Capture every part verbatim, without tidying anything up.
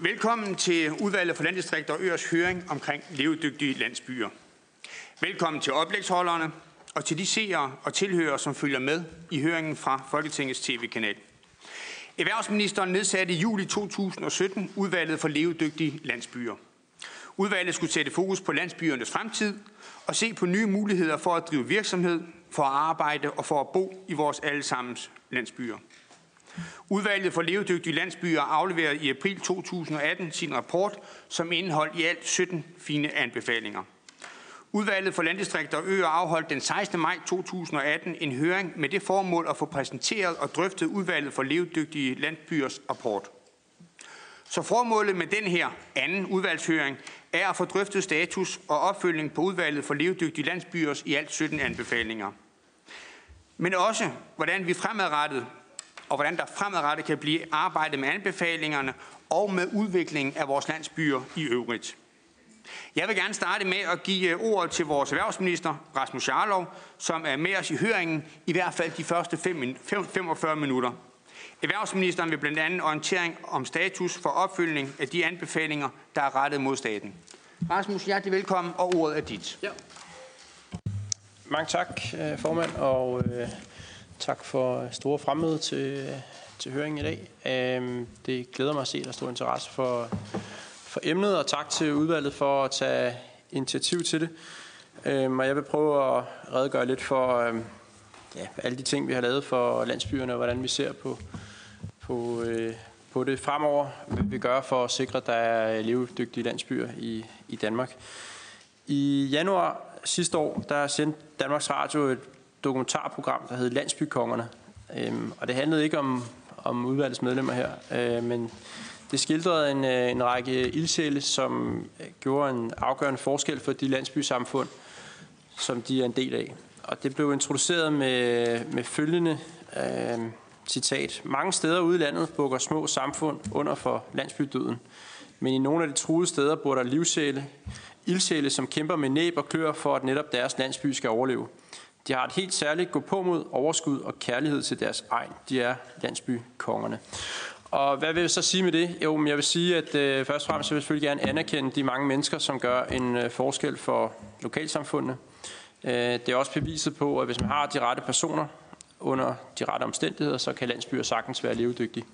Velkommen til Udvalget for Landdistrikter og Øers høring omkring levedygtige landsbyer. Velkommen til oplægsholderne og til de seere og tilhørere, som følger med i høringen fra Folketingets tv-kanal. Erhvervsministeren nedsatte i juli to tusind og sytten Udvalget for levedygtige landsbyer. Udvalget skulle sætte fokus på landsbyernes fremtid og se på nye muligheder for at drive virksomhed, for at arbejde og for at bo i vores allesammens landsbyer. Udvalget for levedygtige landsbyer afleverede i april to tusind og atten sin rapport, som indeholdt i alt sytten fine anbefalinger. Udvalget for Landdistrikter og Øer afholdt den sekstende maj to tusind og atten en høring med det formål at få præsenteret og drøftet Udvalget for levedygtige landsbyers rapport. Så formålet med den her anden udvalgshøring er at få drøftet status og opfølgning på Udvalget for levedygtige landsbyers i alt sytten anbefalinger. Men også, hvordan vi fremadrettet og hvordan der fremadrettet kan blive arbejdet med anbefalingerne og med udviklingen af vores landsbyer i øvrigt. Jeg vil gerne starte med at give ordet til vores erhvervsminister, Rasmus Jarlov, som er med os i høringen, i hvert fald de første femogfyrre minutter. Erhvervsministeren vil blandt andet orientering om status for opfølgning af de anbefalinger, der er rettet mod staten. Rasmus, hjertelig velkommen, og ordet er dit. Ja. Mange tak, formand, og øh, tak for store fremmøde til, til høringen i dag. Øh, det glæder mig at se, at der er stor interesse for, for emnet, og tak til udvalget for at tage initiativ til det. Øh, og jeg vil prøve at redegøre lidt for øh, ja, alle de ting, vi har lavet for landsbyerne, og hvordan vi ser på, på, øh, på det fremover, hvad vi gør for at sikre, at der er levedygtige landsbyer i, i Danmark. I januar sidste år, der sendte Danmarks Radio et dokumentarprogram, der hed Landsbykongerne. Øhm, og det handlede ikke om, om udvalgets medlemmer her, øh, men det skildrede en, en række ildsjæle, som gjorde en afgørende forskel for de landsbysamfund, som de er en del af. Og det blev introduceret med, med følgende øh, citat. Mange steder ude i landet bukker små samfund under for landsbydøden, men i nogle af de truede steder bor der livsjæle, ildsjæle, som kæmper med næb og klør for, at netop deres landsby skal overleve. De har et helt særligt gå-på-mod, overskud og kærlighed til deres egen. De er landsbykongerne. Og hvad vil jeg så sige med det? Jo, men jeg vil sige, at øh, først og fremmest vil jeg selvfølgelig gerne anerkende de mange mennesker, som gør en øh, forskel for lokalsamfundene. Øh, det er også beviset på, at hvis man har de rette personer under de rette omstændigheder, så kan landsbyer sagtens være levedygtige.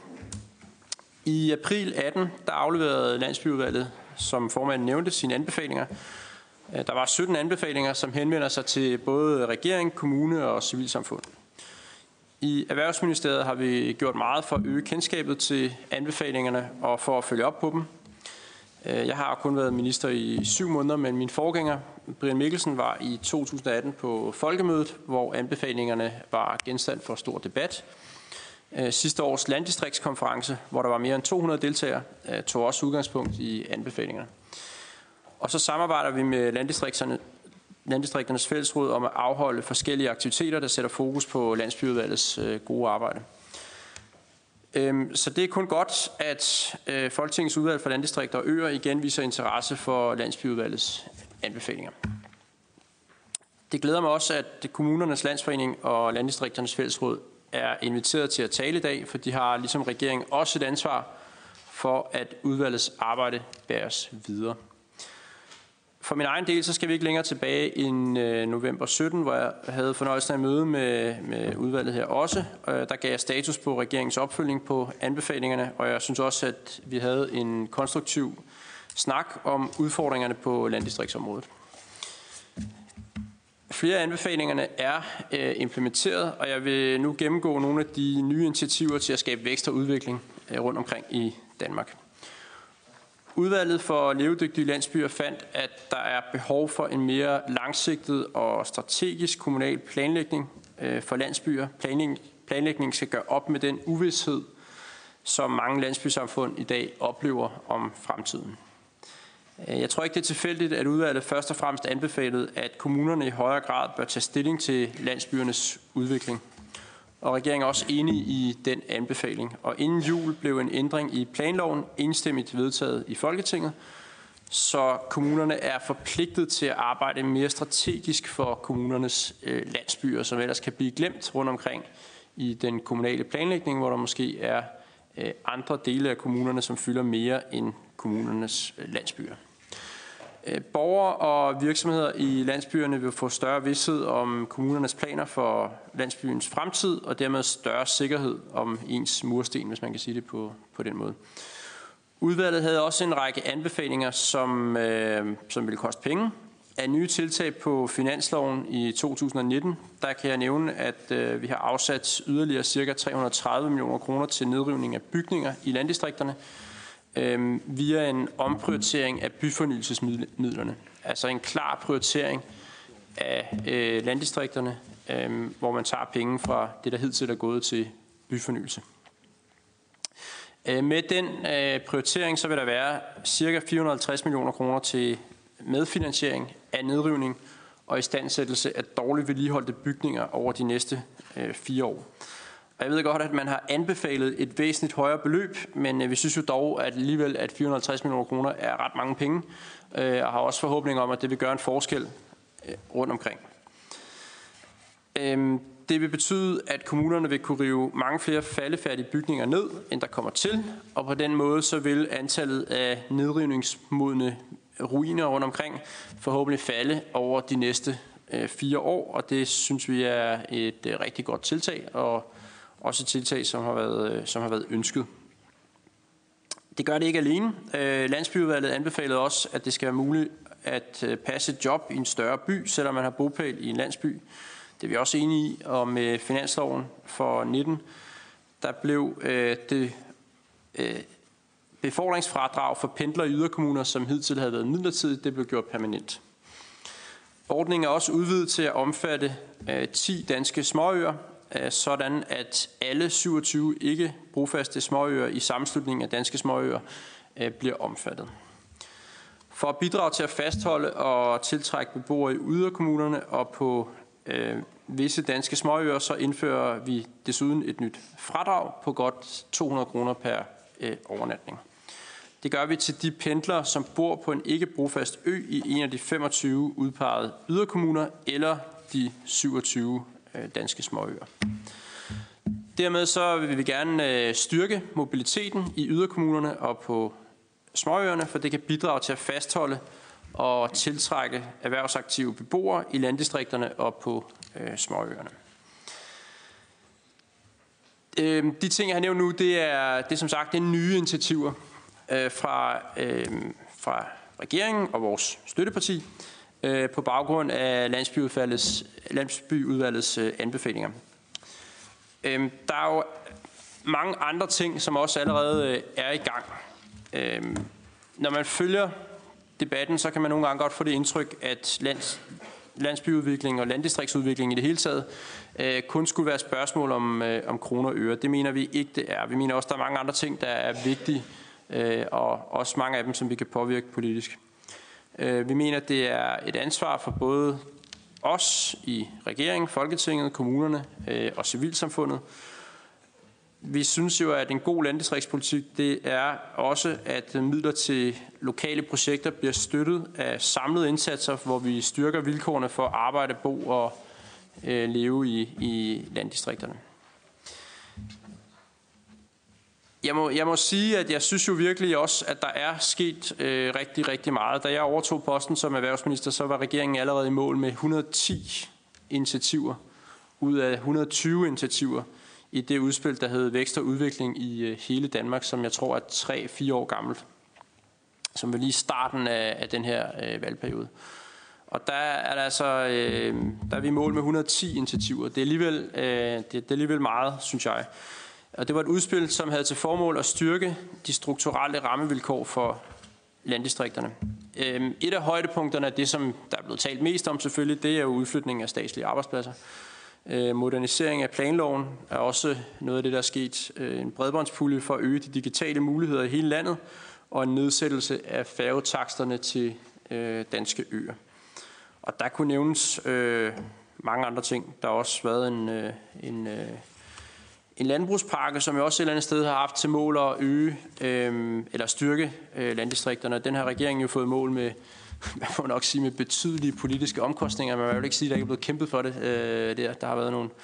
I april atten, der afleverede Landsbyudvalget, som formanden nævnte, sine anbefalinger. Der var sytten anbefalinger, som henvender sig til både regering, kommune og civilsamfund. I Erhvervsministeriet har vi gjort meget for at øge kendskabet til anbefalingerne og for at følge op på dem. Jeg har kun været minister i syv måneder, men min forgænger, Brian Mikkelsen, var i to tusind og atten på Folkemødet, hvor anbefalingerne var genstand for stor debat. Sidste års landdistriktskonference, hvor der var mere end to hundrede deltagere, tog også udgangspunkt i anbefalingerne. Og så samarbejder vi med landdistrikterne, Landdistrikternes Fællesråd om at afholde forskellige aktiviteter, der sætter fokus på Landsbyudvalgets gode arbejde. Så det er kun godt, at Folketingets udvalg for landdistrikter og øer igen viser interesse for Landsbyudvalgets anbefalinger. Det glæder mig også, at Kommunernes Landsforening og Landdistrikternes Fællesråd er inviteret til at tale i dag, for de har ligesom regeringen også et ansvar for, at udvalgets arbejde bæres videre. For min egen del, så skal vi ikke længere tilbage end øh, november sytten, hvor jeg havde fornøjelsen af at møde med, med udvalget her også. Øh, der gav jeg status på regeringens opfølgning på anbefalingerne, og jeg synes også, at vi havde en konstruktiv snak om udfordringerne på landdistriktsområdet. Flere af anbefalingerne er øh, implementeret, og jeg vil nu gennemgå nogle af de nye initiativer til at skabe vækst og udvikling øh, rundt omkring i Danmark. Udvalget for levedygtige landsbyer fandt, at der er behov for en mere langsigtet og strategisk kommunal planlægning øh, for landsbyer. Planlægning, planlægning skal gøre op med den uvished, som mange landsbysamfund i dag oplever om fremtiden. Jeg tror ikke, det er tilfældigt, at udvalget først og fremmest anbefalede, at kommunerne i højere grad bør tage stilling til landsbyernes udvikling. Og regeringen er også enig i den anbefaling. Og inden jul blev en ændring i planloven enstemmigt vedtaget i Folketinget, så kommunerne er forpligtet til at arbejde mere strategisk for kommunernes øh, landsbyer, som ellers kan blive glemt rundt omkring i den kommunale planlægning, hvor der måske er øh, andre dele af kommunerne, som fylder mere end kommunernes øh, landsbyer. Øh, borgere og virksomheder i landsbyerne vil få større vished om kommunernes planer for landsbyens fremtid, og dermed større sikkerhed om ens mursten, hvis man kan sige det på, på den måde. Udvalget havde også en række anbefalinger, som, øh, som ville koste penge. Af nye tiltag på finansloven i to tusind nitten, der kan jeg nævne, at øh, vi har afsat yderligere ca. tre hundrede og tredive millioner kroner til nedrivning af bygninger i landdistrikterne øh, via en omprioritering af byfornyelsesmidlerne. Altså en klar prioritering af øh, landdistrikterne, øh, hvor man tager penge fra det, der hidtil er gået til byfornyelse. Med den øh, prioritering så vil der være ca. fire hundrede og halvtreds millioner kroner til medfinansiering af nedrivning og istandsættelse af dårligt vedligeholdte bygninger over de næste øh, fire år. Og jeg ved godt, at man har anbefalet et væsentligt højere beløb, men øh, vi synes jo dog at alligevel, at fire hundrede og halvtreds millioner kroner er ret mange penge, øh, og har også forhåbning om, at det vil gøre en forskel øh, rundt omkring. Øh, Det vil betyde, at kommunerne vil kunne rive mange flere faldefærdige bygninger ned, end der kommer til, og på den måde så vil antallet af nedrivningsmodne ruiner rundt omkring forhåbentlig falde over de næste øh, fire år, og det synes vi er et øh, rigtig godt tiltag, og også et tiltag, som har været, øh, som har været ønsket. Det gør det ikke alene. Øh, Landsbyudvalget anbefalede også, at det skal være muligt at øh, passe et job i en større by, selvom man har bopæl i en landsby. Det er vi også enige i, og med finansloven for nitten, der blev øh, det øh, befordringsfradrag for pendlere i yderkommuner, som hidtil havde været midlertidigt, det blev gjort permanent. Ordningen er også udvidet til at omfatte øh, ti danske småøer, øh, sådan at alle syvogtyve ikke brofaste småøer i sammenslutningen af danske småøer øh, bliver omfattet. For at bidrage til at fastholde og tiltrække beboere i yderkommunerne og på øh, visse danske småøer, så indfører vi desuden et nyt fradrag på godt to hundrede kroner per øh, overnatning. Det gør vi til de pendlere, som bor på en ikke brofast ø i en af de femogtyve udpegede yderkommuner eller de syvogtyve øh, danske småøer. Dermed så vil vi gerne øh, styrke mobiliteten i yderkommunerne og på småøerne, for det kan bidrage til at fastholde og tiltrække erhvervsaktive beboere i landdistrikterne og på øh, småøerne. Øh, de ting, jeg har nævnt nu, det er, det er som sagt det er nye initiativer øh, fra, øh, fra regeringen og vores støtteparti øh, på baggrund af Landsbyudvalgets, Landsbyudvalgets øh, anbefalinger. Øh, der er jo mange andre ting, som også allerede øh, er i gang. Øh, når man følger debatten, så kan man nogle gange godt få det indtryk, at lands, landsbyudvikling og landdistriktsudvikling i det hele taget øh, kun skulle være et spørgsmål om, øh, om kroner og øre. Det mener vi ikke, det er. Vi mener også, at der er mange andre ting, der er vigtige, øh, og også mange af dem, som vi kan påvirke politisk. Øh, vi mener, at det er et ansvar for både os i regeringen, Folketinget, kommunerne øh, og civilsamfundet. Vi synes jo, at en god landdistriktspolitik, det er også, at midler til lokale projekter bliver støttet af samlede indsatser, hvor vi styrker vilkårene for at arbejde, bo og øh, leve i, i landdistrikterne. Jeg må, jeg må sige, at jeg synes jo virkelig også, at der er sket øh, rigtig, rigtig meget. Da jeg overtog posten som erhvervsminister, så var regeringen allerede i mål med et hundrede og ti initiativer ud af et hundrede og tyve initiativer i det udspil, der hed Vækst og Udvikling i hele Danmark, som jeg tror er tre fire år gammelt, som var lige starten af, af den her øh, valgperiode. Og der er der altså, øh, der er vi i mål med et hundrede og ti initiativer. Det er alligevel, øh, det, det er alligevel meget, synes jeg. Og det var et udspil, som havde til formål at styrke de strukturelle rammevilkår for landdistrikterne. Øh, et af højdepunkterne af det, som der er blevet talt mest om selvfølgelig, det er jo udflytning af statslige arbejdspladser. Modernisering af planloven er også noget af det, der er sket. En bredbåndspulje for at øge de digitale muligheder i hele landet, og en nedsættelse af færgetaksterne til øh, danske øer. Og der kunne nævnes øh, mange andre ting. Der har også været en, øh, en, øh, en landbrugspakke, som jo også et eller andet sted har haft til mål at øge øh, eller styrke øh, landdistrikterne. Den har regeringen jo fået mål med, man må nok sige, med betydelige politiske omkostninger, men man vil ikke sige, at der ikke er blevet kæmpet for det øh, der. Der har været nogle,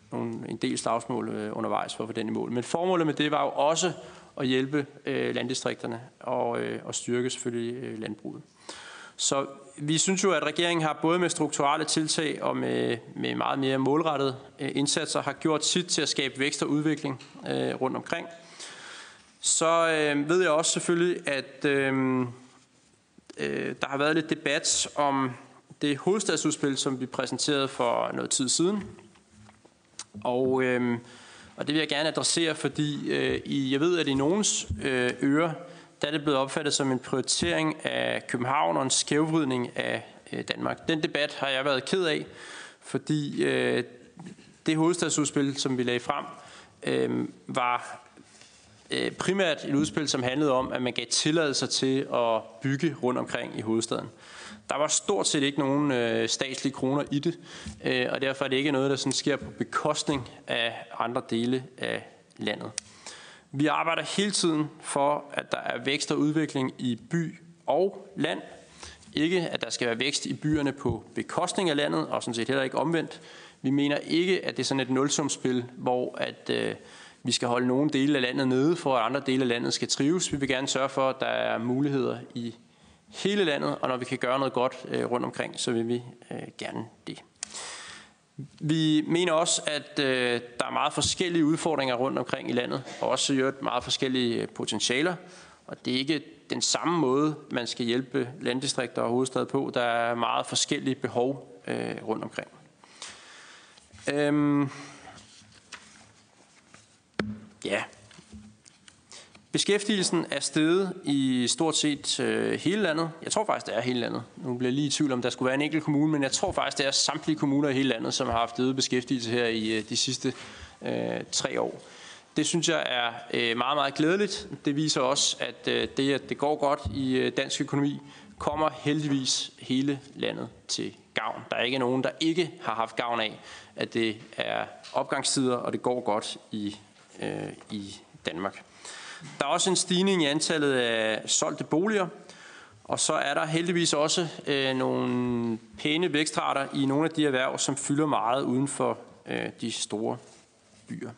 nogle, en del slagsmål øh, undervejs for at få den i mål. Men formålet med det var jo også at hjælpe øh, landdistrikterne og, øh, og styrke selvfølgelig øh, landbruget. Så vi synes jo, at regeringen har både med strukturelle tiltag og med, med meget mere målrettede øh, indsatser har gjort sit til at skabe vækst og udvikling øh, rundt omkring. Så øh, ved jeg også selvfølgelig, at øh, øh, der har været lidt debat om det hovedstadsudspil, som vi præsenterede for noget tid siden. Og, øh, og det vil jeg gerne adressere, fordi øh, i, jeg ved, at i nogens øh, ører, der er det blevet opfattet som en prioritering af København og en skævvridning af øh, Danmark. Den debat har jeg været ked af, fordi øh, det hovedstadsudspil, som vi lagde frem, øh, var øh, primært et udspil, som handlede om, at man gav tilladelser til at bygge rundt omkring i hovedstaden. Der var stort set ikke nogen øh, statslige kroner i det, øh, og derfor er det ikke noget, der sådan sker på bekostning af andre dele af landet. Vi arbejder hele tiden for, at der er vækst og udvikling i by og land. Ikke, at der skal være vækst i byerne på bekostning af landet, og sådan set heller ikke omvendt. Vi mener ikke, at det er sådan et nulsumsspil, hvor at, øh, vi skal holde nogle dele af landet nede, for at andre dele af landet skal trives. Vi vil gerne sørge for, at der er muligheder i hele landet, og når vi kan gøre noget godt øh, rundt omkring, så vil vi øh, gerne det. Vi mener også, at øh, der er meget forskellige udfordringer rundt omkring i landet, og også jo meget forskellige potentialer, og det er ikke den samme måde, man skal hjælpe landdistrikter og hovedstad på. Der er meget forskellige behov øh, rundt omkring. Øhm ja. Beskæftigelsen er steget i stort set øh, hele landet. Jeg tror faktisk, det er hele landet. Nu bliver jeg lige i tvivl om, der skulle være en enkelt kommune, men jeg tror faktisk, det er samtlige kommuner i hele landet, som har haft øget beskæftigelse her i øh, de sidste øh, tre år. Det synes jeg er øh, meget, meget glædeligt. Det viser også, at øh, det, at det går godt i øh, dansk økonomi, kommer heldigvis hele landet til gavn. Der er ikke nogen, der ikke har haft gavn af, at det er opgangstider, og det går godt i, øh, i Danmark. Der er også en stigning i antallet af solgte boliger, og så er der heldigvis også øh, nogle pæne vækstrater i nogle af de erhverv, som fylder meget uden for øh, de store byer.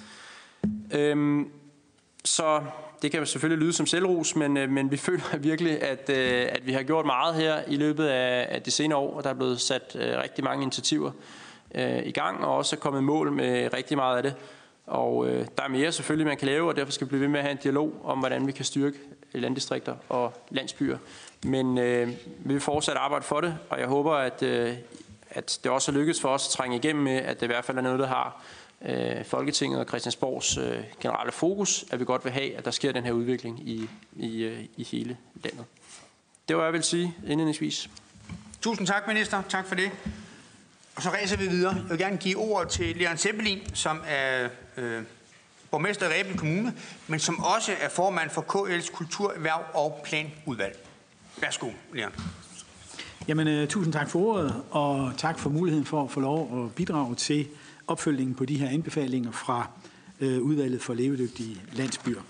Øhm, så det kan selvfølgelig lyde som selvros, men, øh, men vi føler virkelig, at, øh, at vi har gjort meget her i løbet af, af det senere år, og der er blevet sat øh, rigtig mange initiativer øh, i gang, og også er kommet mål med rigtig meget af det. Og øh, der er mere selvfølgelig, man kan lave, og derfor skal vi blive ved med at have en dialog om, hvordan vi kan styrke landdistrikter og landsbyer. Men øh, vi vil fortsat arbejde for det, og jeg håber, at, øh, at det også er lykkedes for os at trænge igennem med, at det i hvert fald er noget, der har øh, Folketinget og Christiansborgs øh, generelle fokus, at vi godt vil have, at der sker den her udvikling i, i, øh, i hele landet. Det var jeg vil sige indledningsvis. Tusind tak, minister. Tak for det. Og så ræser vi videre. Jeg vil gerne give ordet til Leon Seppelin, som er øh, borgmester i Rebild Kommune, men som også er formand for K L's Kultur-, Erhverv- og Planudvalg. Værsgo, Leon. Jamen, uh, tusind tak for ordet, og tak for muligheden for at få lov at bidrage til opfølgningen på de her anbefalinger fra uh, udvalget for levedygtige landsbyer.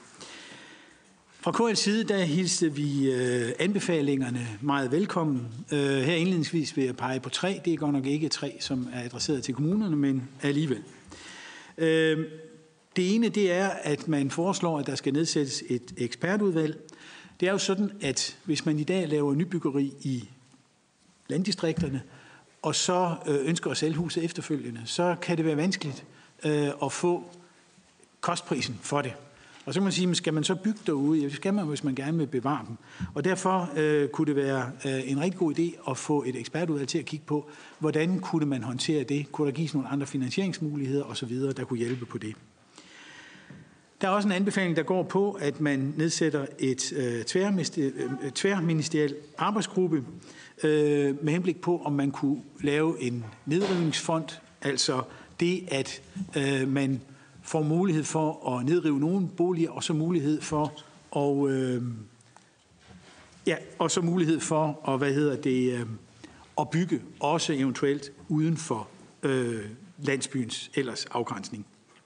Fra K L's side, der hilste vi øh, anbefalingerne meget velkommen. Øh, her indledningsvis vil jeg pege på tre. Det er godt nok ikke tre, som er adresseret til kommunerne, men alligevel. Øh, det ene, det er, at man foreslår, at der skal nedsættes et ekspertudvalg. Det er jo sådan, at hvis man i dag laver nybyggeri i landdistrikterne, og så øh, ønsker at sælge huset efterfølgende, så kan det være vanskeligt øh, at få kostprisen for det. Og så kan man sige, skal man så bygge derude? Ja, det skal man, hvis man gerne vil bevare dem. Og derfor øh, kunne det være øh, en rigtig god idé at få et ekspertudvalg til at kigge på, hvordan kunne man håndtere det? Kunne der gives nogle andre finansieringsmuligheder osv., der kunne hjælpe på det? Der er også en anbefaling, der går på, at man nedsætter et øh, tværministeriel arbejdsgruppe øh, med henblik på, om man kunne lave en nedrivningsfond, altså det, at øh, man får mulighed for at nedrive nogle boliger, og så mulighed for at, øh, ja, og så mulighed for at, hvad hedder det, øh, at bygge, også eventuelt uden for øh, landsbyens ellers afgrænsning.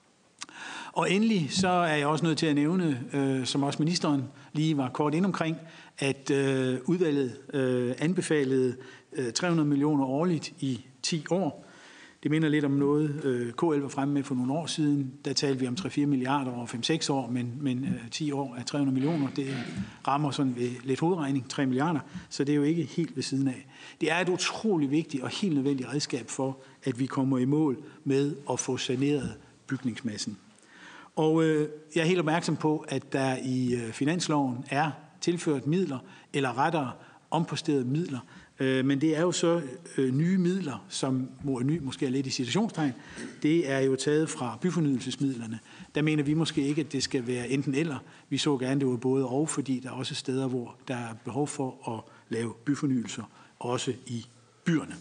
Og endelig så er jeg også nødt til at nævne, øh, som også ministeren lige var kort ind omkring, at øh, udvalget øh, anbefalede øh, tre hundrede millioner årligt i ti år. Det minder lidt om noget, K L var fremme med for nogle år siden. Der talte vi om tre til fire milliarder over fem til seks år, men, men ti år er tre hundrede millioner. Det rammer sådan ved lidt hovedregning, tre milliarder, så det er jo ikke helt ved siden af. Det er et utroligt vigtigt og helt nødvendigt redskab for, at vi kommer i mål med at få saneret bygningsmassen. Og øh, jeg er helt opmærksom på, at der i øh, finansloven er tilført midler, eller rettere omposterede midler, øh, men det er jo så øh, nye midler, som ny måske er lidt i situationstegn. Det er jo taget fra byfornyelsesmidlerne. Der mener vi måske ikke, at det skal være enten eller. Vi så gerne, det var både og, fordi der er også steder, hvor der er behov for at lave byfornyelser, også i byerne.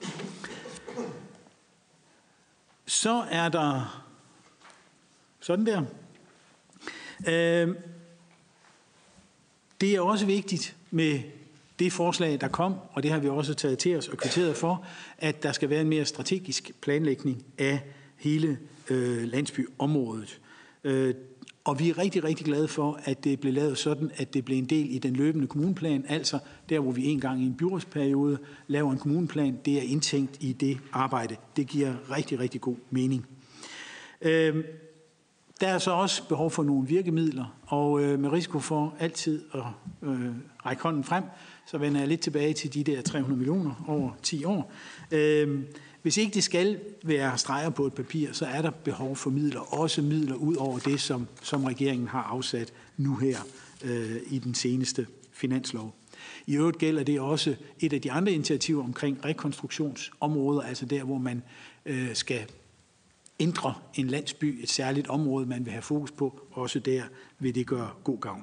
Så er der sådan der. Øh, det er også vigtigt med det forslag, der kom, og det har vi også taget til os og kvitteret for, at der skal være en mere strategisk planlægning af hele øh, landsbyområdet. Øh, og vi er rigtig, rigtig glade for, at det blev lavet sådan, at det blev en del i den løbende kommuneplan, altså der, hvor vi en gang i en byrådsperiode laver en kommuneplan, det er indtænkt i det arbejde. Det giver rigtig, rigtig god mening. Øh, Der er så også behov for nogle virkemidler, og øh, med risiko for altid at øh, række hånden frem, så vender jeg lidt tilbage til de der tre hundrede millioner over ti år. Øh, hvis ikke det skal være streger på et papir, så er der behov for midler, også midler ud over det, som, som regeringen har afsat nu her øh, i den seneste finanslov. I øvrigt gælder det også et af de andre initiativer omkring rekonstruktionsområder, altså der, hvor man øh, skal ændre en landsby, et særligt område, man vil have fokus på. Også der vil det gøre god gavn.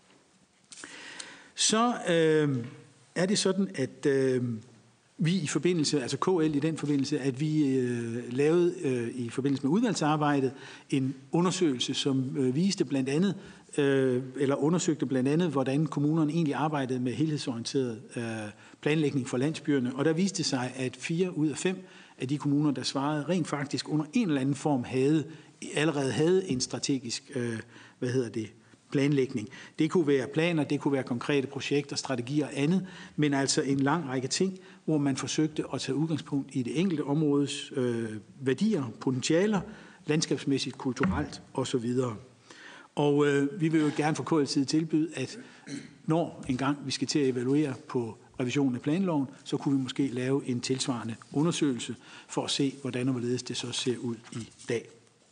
Så øh, er det sådan, at øh, vi i forbindelse, altså K L i den forbindelse, at vi øh, lavede øh, i forbindelse med udvalgsarbejdet en undersøgelse, som øh, viste blandt andet, øh, eller undersøgte blandt andet, hvordan kommunerne egentlig arbejdede med helhedsorienteret øh, planlægning for landsbyerne. Og der viste sig, at fire ud af fem af de kommuner, der svarede, rent faktisk under en eller anden form havde, allerede havde en strategisk øh, hvad hedder det, planlægning. Det kunne være planer, det kunne være konkrete projekter, strategier og andet, men altså en lang række ting, hvor man forsøgte at tage udgangspunkt i det enkelte områdes øh, værdier, potentialer, landskabsmæssigt, kulturelt osv. Og øh, vi vil jo gerne fra K L's side tilbyde, at når engang vi skal til at evaluere på revisionen af planloven, så kunne vi måske lave en tilsvarende undersøgelse for at se, hvordan og hvorledes det så ser ud i dag.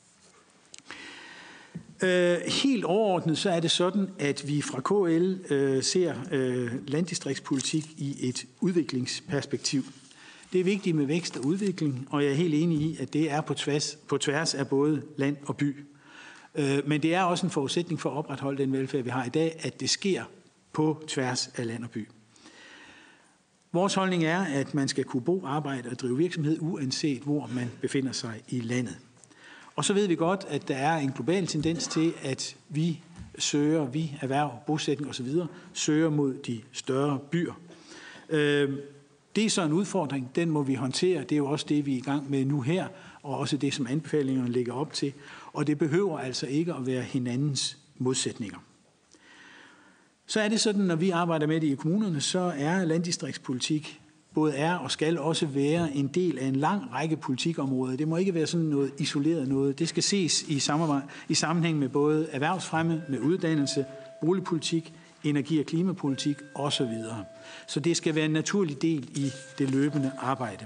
Øh, helt overordnet så er det sådan, at vi fra K L øh, ser øh, landdistriktspolitik i et udviklingsperspektiv. Det er vigtigt med vækst og udvikling, og jeg er helt enig i, at det er på tværs, på tværs af både land og by. Øh, men det er også en forudsætning for at opretholde den velfærd, vi har i dag, at det sker på tværs af land og by. Vores holdning er, at man skal kunne bo, arbejde og drive virksomhed, uanset hvor man befinder sig i landet. Og så ved vi godt, at der er en global tendens til, at vi søger, vi erhverv, bosætning osv., søger mod de større byer. Det er så en udfordring, den må vi håndtere. Det er jo også det, vi er i gang med nu her, og også det, som anbefalingerne lægger op til. Og det behøver altså ikke at være hinandens modsætninger. Så er det sådan, når vi arbejder med det i kommunerne, så er landdistriktspolitik både er og skal også være en del af en lang række politikområder. Det må ikke være sådan noget isoleret noget. Det skal ses i, samarbejde, i sammenhæng med både erhvervsfremme, med uddannelse, boligpolitik, energi- og klimapolitik osv. Så det skal være en naturlig del i det løbende arbejde.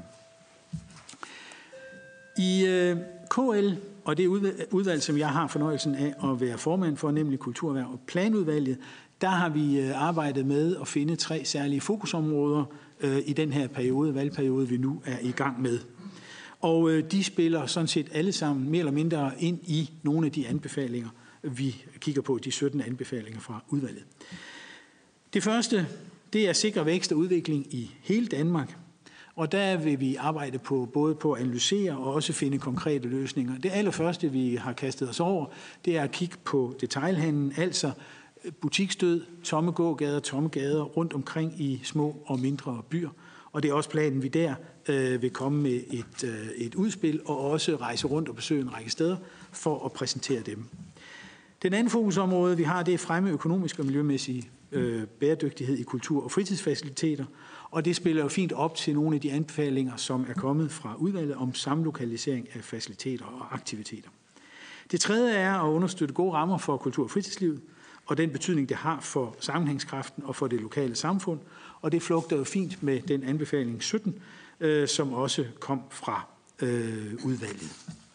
I øh, K L og det udvalg, som jeg har fornøjelsen af at være formand for, nemlig Kulturerhverv og Planudvalget, der har vi arbejdet med at finde tre særlige fokusområder øh, i den her periode, valgperiode, vi nu er i gang med. Og øh, de spiller sådan set alle sammen mere eller mindre ind i nogle af de anbefalinger, vi kigger på, de sytten anbefalinger fra udvalget. Det første, det er at sikre vækst og udvikling i hele Danmark. Og der vil vi arbejde på både på at analysere og også finde konkrete løsninger. Det allerførste, vi har kastet os over, det er at kigge på detailhandlen, altså butiksdød, tomme gågader, tomme gader rundt omkring i små og mindre byer. Og det er også planen, vi der øh, vil komme med et, øh, et udspil og også rejse rundt og besøge en række steder for at præsentere dem. Den anden fokusområde, vi har, det er fremme økonomisk og miljømæssig øh, bæredygtighed i kultur- og fritidsfaciliteter, og det spiller jo fint op til nogle af de anbefalinger, som er kommet fra udvalget om samlokalisering af faciliteter og aktiviteter. Det tredje er at understøtte gode rammer for kultur- og fritidslivet, og den betydning, det har for sammenhængskraften og for det lokale samfund, og det flugter jo fint med den anbefaling sytten, øh, som også kom fra øh, udvalget.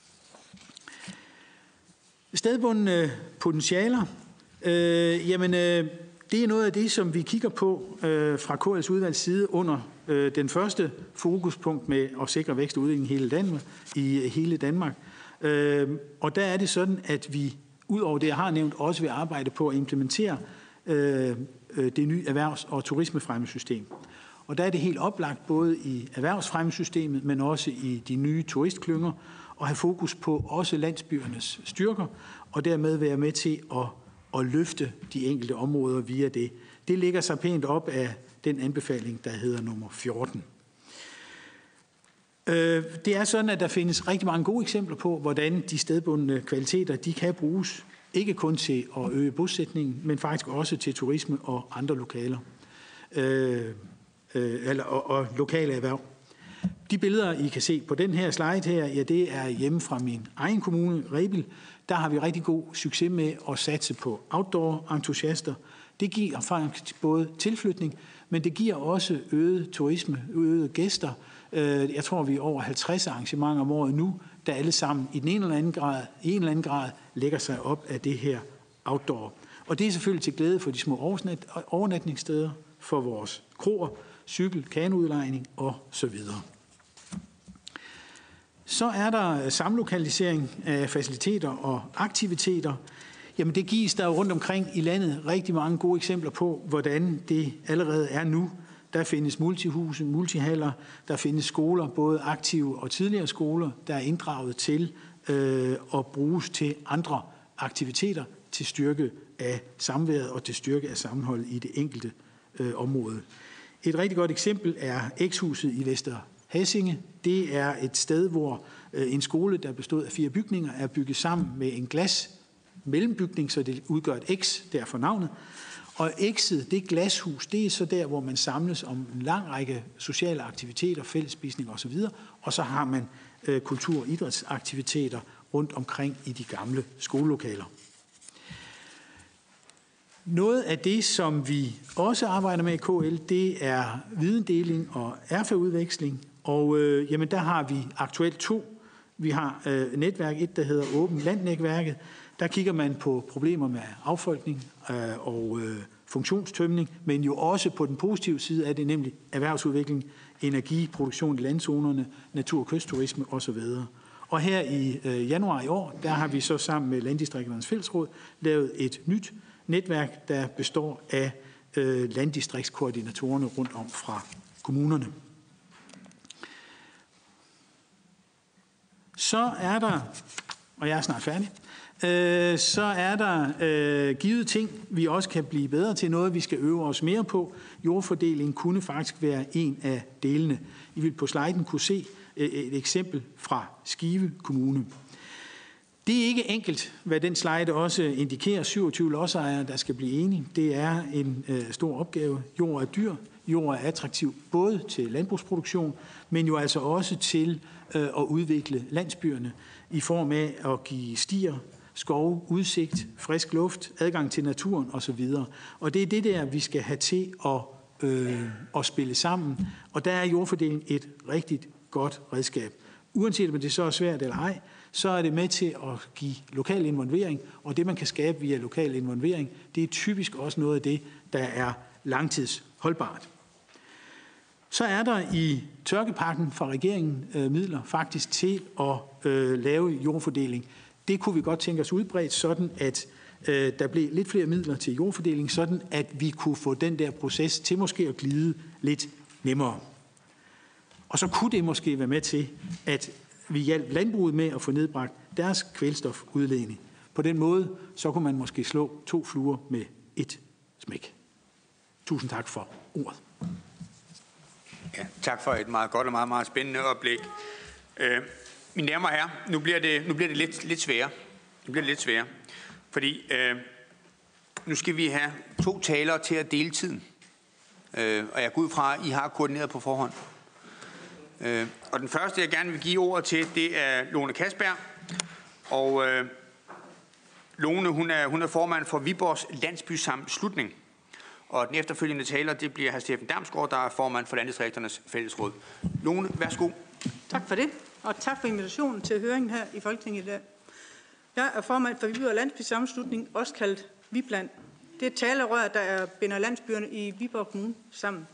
Stedbundne potentialer, øh, jamen øh, det er noget af det, som vi kigger på øh, fra K L's udvalgs side under øh, den første fokuspunkt med at sikre vækst og udvikling i hele Danmark. I hele Danmark. Øh, og der er det sådan, at vi ud over det, jeg har nævnt, også vil arbejde på at implementere øh, det nye erhvervs- og turismefremmesystem. Og der er det helt oplagt både i erhvervsfremmesystemet, men også i de nye turistklynger, at have fokus på også landsbyernes styrker, og dermed være med til at, at løfte de enkelte områder via det. Det ligger sig pænt op af den anbefaling, der hedder nummer fjorten. Det er sådan, at der findes rigtig mange gode eksempler på, hvordan de stedbundne kvaliteter de kan bruges, ikke kun til at øge bosætningen, men faktisk også til turisme og andre lokaler, øh, øh, eller, og, og lokale erhverv. De billeder, I kan se på den her slide her, ja, det er hjemme fra min egen kommune, Rebild. Der har vi rigtig god succes med at satse på outdoor-entusiaster. Det giver faktisk både tilflytning, men det giver også øget turisme, øgede gæster. Jeg tror, vi er over halvtreds arrangementer om året nu, der alle sammen i den ene eller anden grad, i en eller anden grad lægger sig op af det her outdoor. Og det er selvfølgelig til glæde for de små overnatningssteder, for vores kroer, cykel, kanoudlejning og så videre. Så er der samlokalisering af faciliteter og aktiviteter. Jamen det gives der rundt omkring i landet rigtig mange gode eksempler på, hvordan det allerede er nu. Der findes multihuse, multihaller, der findes skoler, både aktive og tidligere skoler, der er inddraget til øh, at bruges til andre aktiviteter til styrke af samværet og til styrke af sammenholdet i det enkelte øh, område. Et rigtig godt eksempel er X-huset i Vester Hassinge. Det er et sted, hvor øh, en skole, der bestod af fire bygninger, er bygget sammen med en glas mellembygning, så det udgør et X, derfor navnet. Og X'et, det glashus, det er så der, hvor man samles om en lang række sociale aktiviteter, fællesspisning osv., og så har man øh, kultur- og idrætsaktiviteter rundt omkring i de gamle skolelokaler. Noget af det, som vi også arbejder med i K L, det er videndeling og erfaudveksling, og øh, jamen, der har vi aktuelt to. Vi har øh, netværk, et der hedder Åben Land-netværket. Der kigger man på problemer med affolkning øh, og øh, funktionstømning, men jo også på den positive side af det, nemlig erhvervsudvikling, energiproduktion i landzonerne, natur- og kystturisme osv. Og her i øh, januar i år, der har vi så sammen med Landdistrikternes Fællesråd lavet et nyt netværk, der består af øh, landdistriktskoordinatorerne rundt om fra kommunerne. Så er der, og jeg er snart færdig, øh, så er der øh, givet ting, vi også kan blive bedre til, noget vi skal øve os mere på. Jordfordeling kunne faktisk være en af delene. I vil på sliden kunne se øh, et eksempel fra Skive Kommune. Det er ikke enkelt, hvad den slide også indikerer. syvogtyve lodsejere, der skal blive enige. Det er en øh, stor opgave. Jord er dyr. Jord er attraktiv både til landbrugsproduktion, men jo altså også til øh, at udvikle landsbyerne i form af at give stier, skov, udsigt, frisk luft, adgang til naturen osv. Og det er det der, vi skal have til at, øh, at spille sammen. Og der er jordfordeling et rigtig godt redskab. Uanset om det så er svært eller ej, så er det med til at give lokal involvering, og det man kan skabe via lokal involvering, det er typisk også noget af det, der er langtidsholdbart. Så er der i tørkepakken fra regeringen øh, midler faktisk til at øh, lave jordfordeling. Det kunne vi godt tænke os udbredt, sådan at øh, der blev lidt flere midler til jordfordeling, sådan at vi kunne få den der proces til måske at glide lidt nemmere. Og så kunne det måske være med til, at vi hjalp landbruget med at få nedbragt deres kvælstofudledning. På den måde, så kunne man måske slå to fluer med et smæk. Tusind tak for ordet. Ja, tak for et meget godt og meget, meget spændende oplæg. Øh, mine damer og herrer, nu bliver det, nu bliver det lidt, lidt sværere. Nu bliver det lidt sværere. Fordi øh, nu skal vi have to talere til at dele tiden. Øh, og jeg går ud fra, at I har koordineret på forhånd. Øh, og den første, jeg gerne vil give ordet til, det er Lone Kasberg. Og øh, Lone, hun er, hun er formand for Viborgs Landsbysammenslutning. Og den efterfølgende taler, det bliver hr. Steffen Damsgaard, der er formand for Landdistrikternes Fællesråd. Lone, værsgo. Tak for det, og tak for invitationen til høringen her i Folketinget i dag. Jeg er formand for Viborg Landsbysammenslutning, også kaldt Vibland. Det er et talerør, der binder landsbyerne i Viborg Kommune sammen.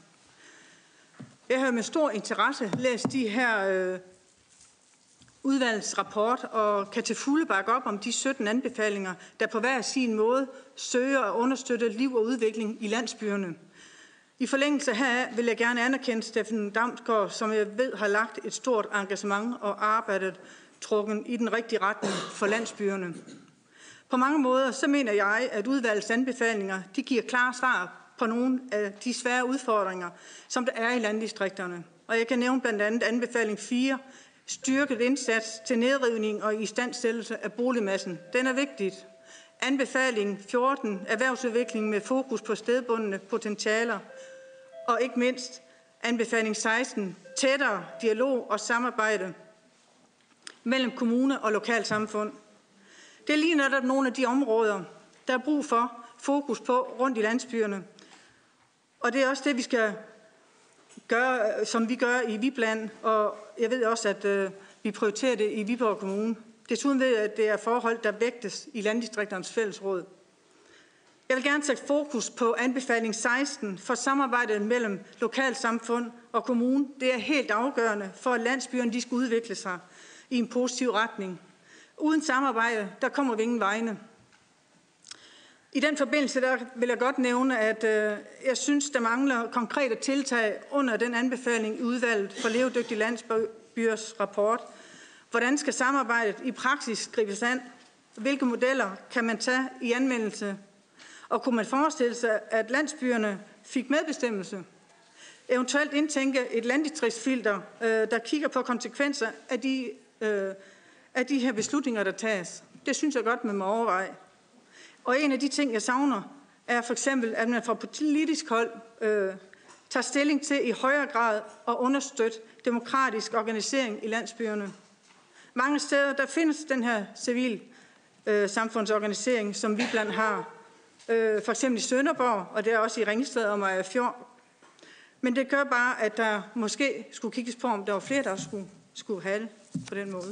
Jeg har med stor interesse læst de her øh, udvalgsrapport og kan til fulde bakke op om de sytten anbefalinger, der på hver sin måde søger at understøtte liv og udvikling i landsbyerne. I forlængelse heraf vil jeg gerne anerkende Steffen Damsgaard, som jeg ved har lagt et stort engagement og arbejdet trukken i den rigtige retning for landsbyerne. På mange måder så mener jeg, at udvalgets anbefalinger de giver klare svar på nogle af de svære udfordringer, som der er i landdistrikterne. Og jeg kan nævne blandt andet anbefaling fire, styrket indsats til nedrivning og istandsættelse af boligmassen. Den er vigtigt. Anbefaling fjorten, erhvervsudvikling med fokus på stedbundne potentialer. Og ikke mindst anbefaling seksten, tættere dialog og samarbejde mellem kommune og lokalsamfund. Det er lige netop nogle af de områder, der er brug for fokus på rundt i landsbyerne. Og det er også det, vi skal gøre, som vi gør i Vibland, og jeg ved også, at øh, vi prioriterer det i Viborg Kommune. Desuden ved jeg, at det er forhold, der vægtes i Landdistrikternes Fællesråd. Jeg vil gerne sætte fokus på anbefaling seksten for samarbejdet mellem lokalsamfund og kommune. Det er helt afgørende for, at landsbyerne de skal udvikle sig i en positiv retning. Uden samarbejde, der kommer vi ingen vegne. I den forbindelse der vil jeg godt nævne, at øh, jeg synes, der mangler konkrete tiltag under den anbefaling i udvalget for levedygtige landsbyers rapport. Hvordan skal samarbejdet i praksis gribes an? Hvilke modeller kan man tage i anvendelse? Og kunne man forestille sig, at landsbyerne fik medbestemmelse? Eventuelt indtænke et landdistriktsfilter, øh, der kigger på konsekvenser af de, øh, af de her beslutninger, der tages. Det synes jeg godt, man må overveje. Og en af de ting, jeg savner, er for eksempel, at man fra politisk hold øh, tager stilling til i højere grad at understøtte demokratisk organisering i landsbyerne. Mange steder, der findes den her civil øh, samfundsorganisering, som vi blandt har. Øh, for eksempel i Sønderborg, og det er også i Ringsted og Mariafjord. Men det gør bare, at der måske skulle kigges på, om der var flere, der skulle, skulle have det på den måde.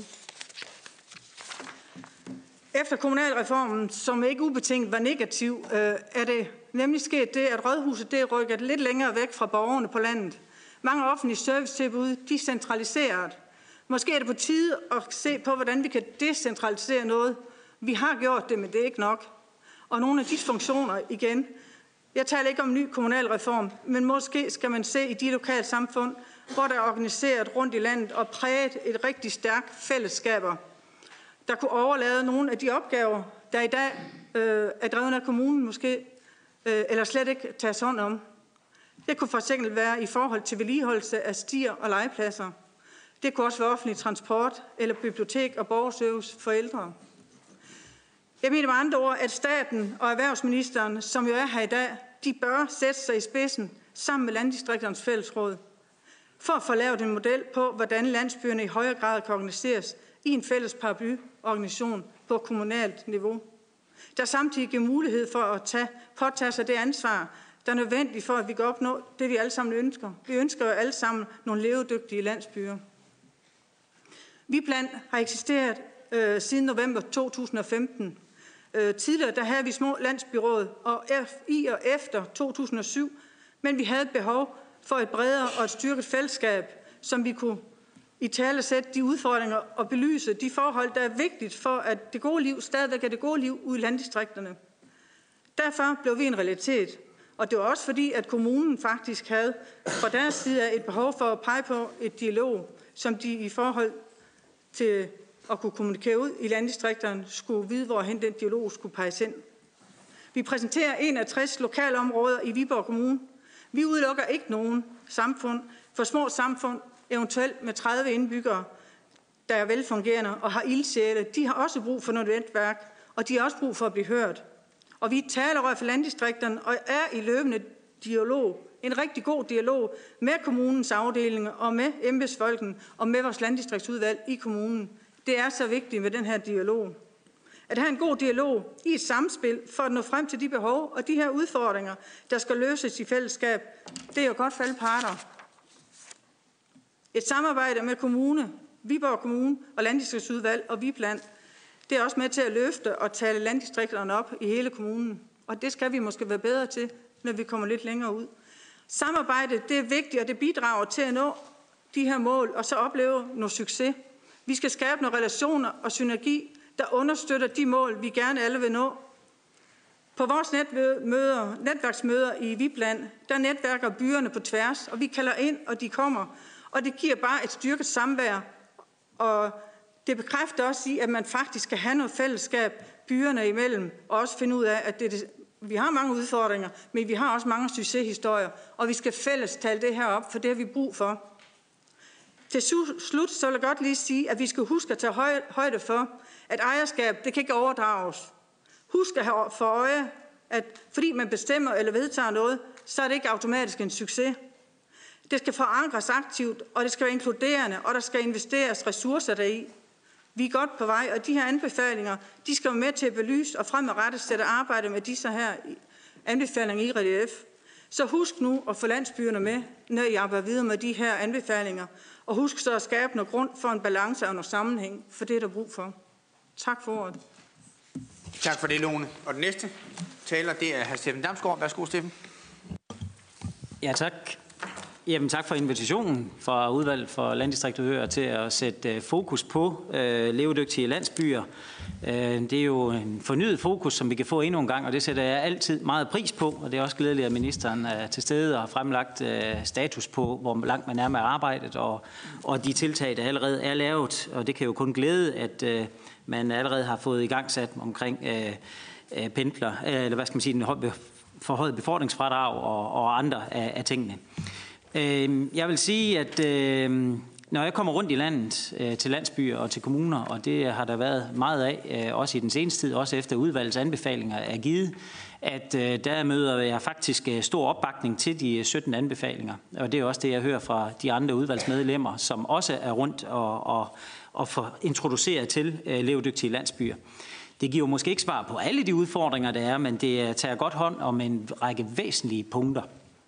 Efter kommunalreformen, som ikke ubetinget var negativ, øh, er det nemlig sket det, at rådhuset det er rykket lidt længere væk fra borgerne på landet. Mange offentlige servicetilbud, de er centraliseret. Måske er det på tide at se på, hvordan vi kan decentralisere noget. Vi har gjort det, men det er ikke nok. Og nogle af de funktioner igen. Jeg taler ikke om en ny kommunalreform, men måske skal man se i de lokale samfund, hvor der er organiseret rundt i landet og præget et rigtig stærkt fællesskaber, der kunne overlade nogle af de opgaver, der i dag øh, er drevet af kommunen måske, øh, eller slet ikke tages hånd om. Det kunne for eksempel være i forhold til vedligeholdelse af stier og legepladser. Det kunne også være offentlig transport eller bibliotek og borgerservice for ældre. Jeg mener med andre ord, at staten og erhvervsministeren, som jo er her i dag, de bør sætte sig i spidsen sammen med Landdistrikternes Fællesråd for at få lavet en model på, hvordan landsbyerne i højere grad kan organiseres i en fælles paraplyorganisation på kommunalt niveau, der samtidig giver mulighed for at tage, påtage sig det ansvar, der er nødvendigt for, at vi kan opnå det, vi alle sammen ønsker. Vi ønsker jo alle sammen nogle levedygtige landsbyer. Vibland har eksisteret øh, siden november to tusind og femten. Øh, tidligere der havde vi små landsbyråd, og i og efter to tusind og syv, men vi havde et behov for et bredere og et styrket fællesskab, som vi kunne i tale sætte de udfordringer og belyse de forhold, der er vigtigt for, at det gode liv stadigvæk er det gode liv ude i landdistrikterne. Derfor blev vi en realitet, og det var også fordi, at kommunen faktisk havde fra deres side et behov for at pege på et dialog, som de i forhold til at kunne kommunikere ud i landdistrikterne skulle vide, hvorhen den dialog skulle peges ind. Vi præsenterer enogtres lokalområder i Viborg Kommune. Vi udelukker ikke nogen samfund, for små samfund, eventuelt med tredive indbyggere, der er velfungerende og har ildsjæle. De har også brug for noget netværk og de har også brug for at blive hørt. Og vi taler over for landdistrikterne og er i løbende dialog, en rigtig god dialog med kommunens afdelinger og med embedsfolken og med vores landdistriktsudvalg i kommunen. Det er så vigtigt med den her dialog. At have en god dialog i et samspil for at nå frem til de behov og de her udfordringer, der skal løses i fællesskab, det er jo godt for alle parter. Et samarbejde med kommune, Viborg Kommune og landdistriktsudvalg og Vipland, det er også med til at løfte og tale landdistrikterne op i hele kommunen. Og det skal vi måske være bedre til, når vi kommer lidt længere ud. Samarbejdet, det er vigtigt, og det bidrager til at nå de her mål og så opleve noget succes. Vi skal skabe nogle relationer og synergi, der understøtter de mål, vi gerne alle vil nå. På vores netmøder, netværksmøder i Vipland, der netværker byerne på tværs, og vi kalder ind, og de kommer. Og det giver bare et styrket samvær, og det bekræfter også i, at man faktisk skal have noget fællesskab byerne imellem, og også finde ud af, at det, vi har mange udfordringer, men vi har også mange succeshistorier, og vi skal fælles tale det her op, for det har vi brug for. Til slut så vil jeg godt lige sige, at vi skal huske at tage højde for, at ejerskab, det kan ikke overdrages. Husk at have for øje, at fordi man bestemmer eller vedtager noget, så er det ikke automatisk en succes. Det skal forankres aktivt, og det skal være inkluderende, og der skal investeres ressourcer deri. Vi er godt på vej, og de her anbefalinger, de skal være med til at belyse og fremadrettet sætte arbejde med disse her anbefalinger i relief. Så husk nu at få landsbyerne med, når I arbejder videre med de her anbefalinger, og husk så at skabe noget grund for en balance og noget sammenhæng, for det er der brug for. Tak for ordet. Tak for det, Lone. Og den næste taler, det er hr. Steffen Damsgaard. Værsgo, Steffen. Ja, tak. Jamen, tak for invitationen fra Udvalget for Landdistrikt og Øer til at sætte fokus på øh, levedygtige landsbyer. Øh, det er jo en fornyet fokus, som vi kan få endnu en gang, og det sætter jeg altid meget pris på, og det er også glædeligt, at ministeren er til stede og har fremlagt øh, status på, hvor langt man er med arbejdet, og, og de tiltag, der allerede er lavet, og det kan jo kun glæde, at øh, man allerede har fået i gang sat omkring øh, øh, pendler, øh, eller hvad skal man sige, den forhøjet befordringsfradrag og, og andre af, af tingene. Jeg vil sige, at når jeg kommer rundt i landet til landsbyer og til kommuner, og det har der været meget af, også i den seneste tid, også efter udvalgets anbefalinger er givet, at der møder jeg faktisk stor opbakning til de sytten anbefalinger. Og det er også det, jeg hører fra de andre udvalgsmedlemmer, som også er rundt og, og, og får introduceret til levedygtige landsbyer. Det giver måske ikke svar på alle de udfordringer, der er, men det tager godt hånd om en række væsentlige punkter.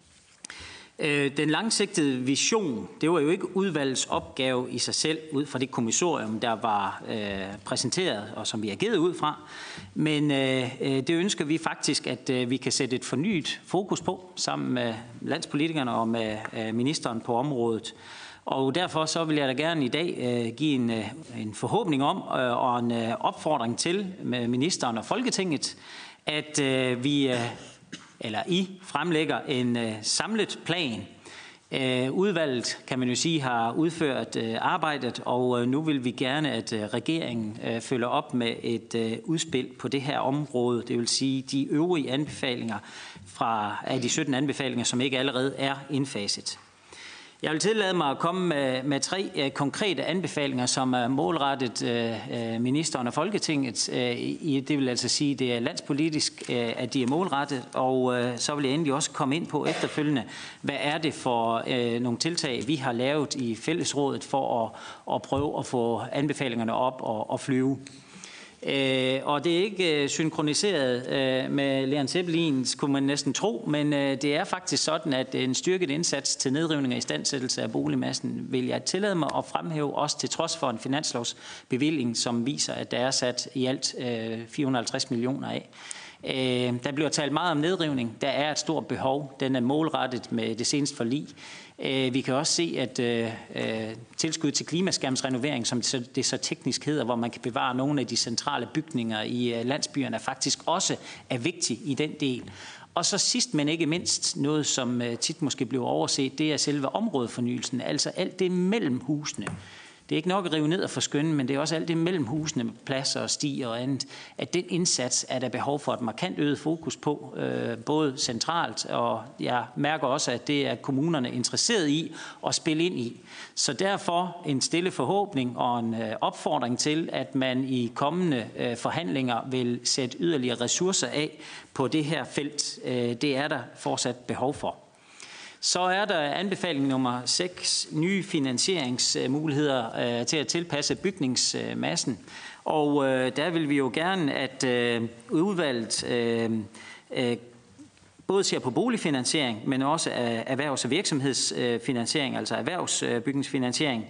Den langsigtede vision, det var jo ikke udvalgets opgave i sig selv, ud fra det kommissorium, der var øh, præsenteret, og som vi har givet ud fra. Men øh, det ønsker vi faktisk, at øh, vi kan sætte et fornyet fokus på, sammen med landspolitikerne og med øh, ministeren på området. Og derfor så vil jeg da gerne i dag øh, give en, øh, en forhåbning om øh, og en øh, opfordring til med ministeren og Folketinget, at øh, vi... Øh, eller I fremlægger en øh, samlet plan. Øh, udvalget, kan man jo sige, har udført øh, arbejdet, og øh, nu vil vi gerne, at øh, regeringen øh, følger op med et øh, udspil på det her område. Det vil sige de øvrige anbefalinger fra af de sytten anbefalinger, som ikke allerede er indfaset. Jeg vil tillade mig at komme med, med tre øh, konkrete anbefalinger, som er målrettet øh, ministeren og Folketinget. Øh, i, det vil altså sige, at det er landspolitisk, øh, at de er målrettet, og øh, så vil jeg endelig også komme ind på efterfølgende, hvad er det for øh, nogle tiltag, vi har lavet i Fællesrådet for at, at prøve at få anbefalingerne op og, og flyve. Øh, og det er ikke øh, synkroniseret øh, med Leon Zeppelins, kunne man næsten tro, men øh, det er faktisk sådan, at en styrket indsats til nedrivning og istandsættelse af boligmassen vil jeg tillade mig at fremhæve, også til trods for en finanslovsbevilling, som viser, at der er sat i alt øh, fire hundrede og halvtreds millioner af. Øh, der bliver talt meget om nedrivning. Der er et stort behov. Den er målrettet med det seneste forlig. Øh, vi kan også se, at øh, tilskud til klimaskærmsrenovering, som det så teknisk hedder, hvor man kan bevare nogle af de centrale bygninger i øh, landsbyerne, faktisk også er vigtigt i den del. Og så sidst, men ikke mindst, noget som øh, tit måske bliver overset, det er selve områdefornyelsen, altså alt det mellem husene. Det er ikke nok at rive ned og forskønne, men det er også alt det mellem husene med pladser og stier og andet, at den indsats er der behov for et markant øget fokus på, øh, både centralt, og jeg mærker også, at det er kommunerne interesseret i at spille ind i. Så derfor en stille forhåbning og en øh, opfordring til, at man i kommende øh, forhandlinger vil sætte yderligere ressourcer af på det her felt. Øh, det er der fortsat behov for. Så er der anbefaling nummer seks, nye finansieringsmuligheder øh, til at tilpasse bygningsmassen. Og øh, der vil vi jo gerne, at øh, udvalget øh, øh, både ser på boligfinansiering, men også erhvervs- og virksomhedsfinansiering, altså erhvervsbygningsfinansiering,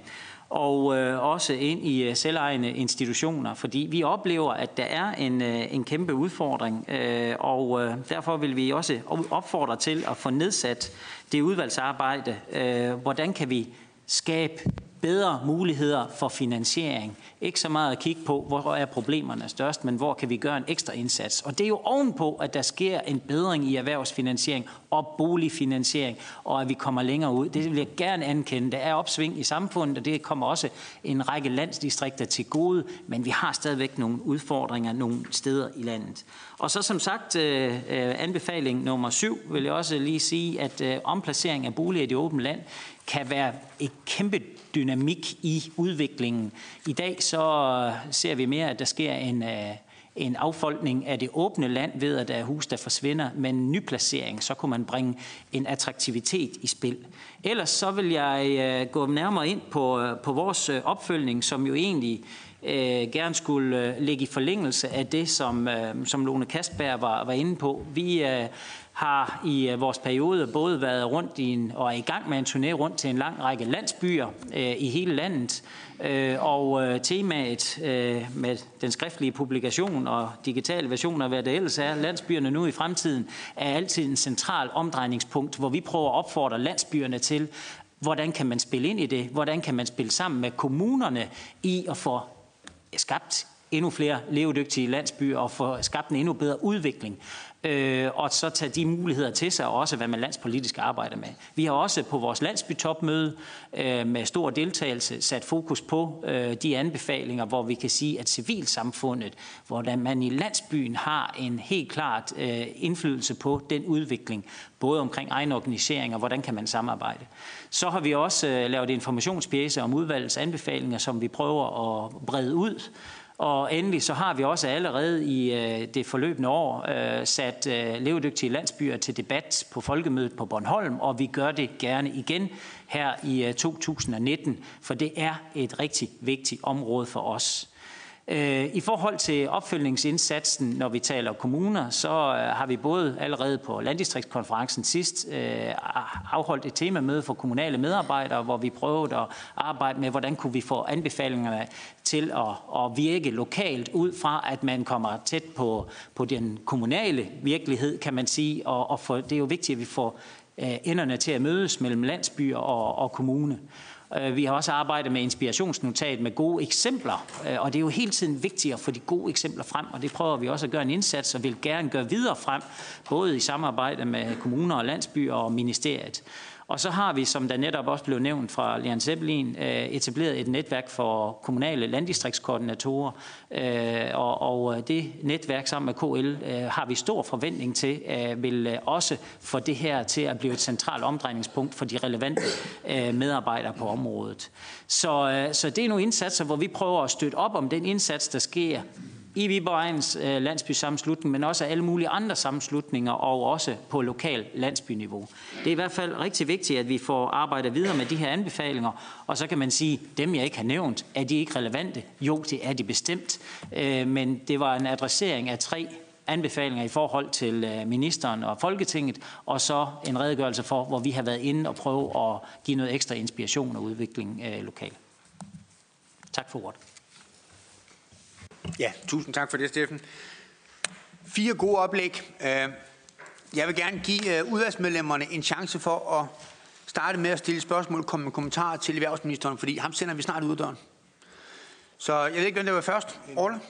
og øh, også ind i selvejende institutioner, fordi vi oplever, at der er en, en kæmpe udfordring, øh, og øh, derfor vil vi også opfordre til at få nedsat det udvalgsarbejde. Øh, hvordan kan vi skabe bedre muligheder for finansiering? Ikke så meget at kigge på, hvor er problemerne størst, men hvor kan vi gøre en ekstra indsats? Og det er jo ovenpå, at der sker en bedring i erhvervsfinansiering og boligfinansiering, og at vi kommer længere ud. Det vil jeg gerne anerkende. Der er opsving i samfundet, og det kommer også en række landsdistrikter til gode, men vi har stadigvæk nogle udfordringer nogle steder i landet. Og så som sagt, øh, anbefaling nummer syv, vil jeg også lige sige, at øh, omplacering af boliger i det åbne land kan være et kæmpe dynamik i udviklingen. I dag så ser vi mere, at der sker en, en affolkning af det åbne land ved, at der er hus, der forsvinder, men nyplacering, så kunne man bringe en attraktivitet i spil. Ellers så vil jeg gå nærmere ind på, på vores opfølgning, som jo egentlig øh, gerne skulle ligge i forlængelse af det, som, øh, som Lone Kastberg var, var inde på. Vi øh, har i vores periode både været rundt i en, og er i gang med en turné rundt til en lang række landsbyer øh, i hele landet. Øh, og øh, temaet øh, med den skriftlige publikation og digitale versioner, hvad det ellers er, landsbyerne nu i fremtiden, er altid en central omdrejningspunkt, hvor vi prøver at opfordre landsbyerne til, hvordan kan man spille ind i det, hvordan kan man spille sammen med kommunerne i at få skabt endnu flere levedygtige landsbyer og få skabt en endnu bedre udvikling. Øh, og så tage de muligheder til sig, og også hvad man landspolitisk arbejder med. Vi har også på vores landsbytopmøde øh, med stor deltagelse sat fokus på øh, de anbefalinger, hvor vi kan sige, at civilsamfundet, hvor man i landsbyen har en helt klart øh, indflydelse på den udvikling, både omkring egen organisering og hvordan kan man samarbejde. Så har vi også øh, lavet informationspjece om udvalgets anbefalinger, som vi prøver at brede ud. Og endelig så har vi også allerede i øh, det forløbende år øh, sat øh, levedygtige landsbyer til debat på Folkemødet på Bornholm, og vi gør det gerne igen her i øh, to tusind nitten, for det er et rigtig vigtigt område for os. I forhold til opfølgningsindsatsen, når vi taler kommuner, så har vi både allerede på landdistriktskonferencen sidst afholdt et temamøde for kommunale medarbejdere, hvor vi prøvede at arbejde med, hvordan kunne vi få anbefalingerne til at, at virke lokalt ud fra, at man kommer tæt på, på den kommunale virkelighed, kan man sige, og, og for, det er jo vigtigt, at vi får enderne til at mødes mellem landsbyer og, og kommune. Vi har også arbejdet med inspirationsnotat med gode eksempler, og det er jo hele tiden vigtigt at få de gode eksempler frem, og det prøver vi også at gøre en indsats, og vil gerne gøre videre frem, både i samarbejde med kommuner og landsbyer og ministeriet. Og så har vi, som der netop også blev nævnt fra Leon Zeppelin, etableret et netværk for kommunale landdistriktskoordinatorer, og, og det netværk sammen med K L har vi stor forventning til, vil også få det her til at blive et centralt omdrejningspunkt for de relevante medarbejdere på området. Så, så det er nogle indsatser, hvor vi prøver at støtte op om den indsats, der sker i Viborg Egns øh, landsbysammenslutning, men også alle mulige andre sammenslutninger, og også på lokal landsbyniveau. Det er i hvert fald rigtig vigtigt, at vi får arbejdet videre med de her anbefalinger, og så kan man sige, dem jeg ikke har nævnt, er de ikke relevante? Jo, det er de bestemt, øh, men det var en adressering af tre anbefalinger i forhold til øh, ministeren og Folketinget, og så en redegørelse for, hvor vi har været inde og prøve at give noget ekstra inspiration og udvikling øh, lokalt. Tak for ordet. Ja, tusind tak for det, Steffen. Fire gode oplæg. Jeg vil gerne give udvalgsmedlemmerne en chance for at starte med at stille spørgsmål og komme med kommentarer til erhvervsministeren, fordi ham sender vi snart ud af døren. Så jeg ved ikke, hvem der var først. Orle?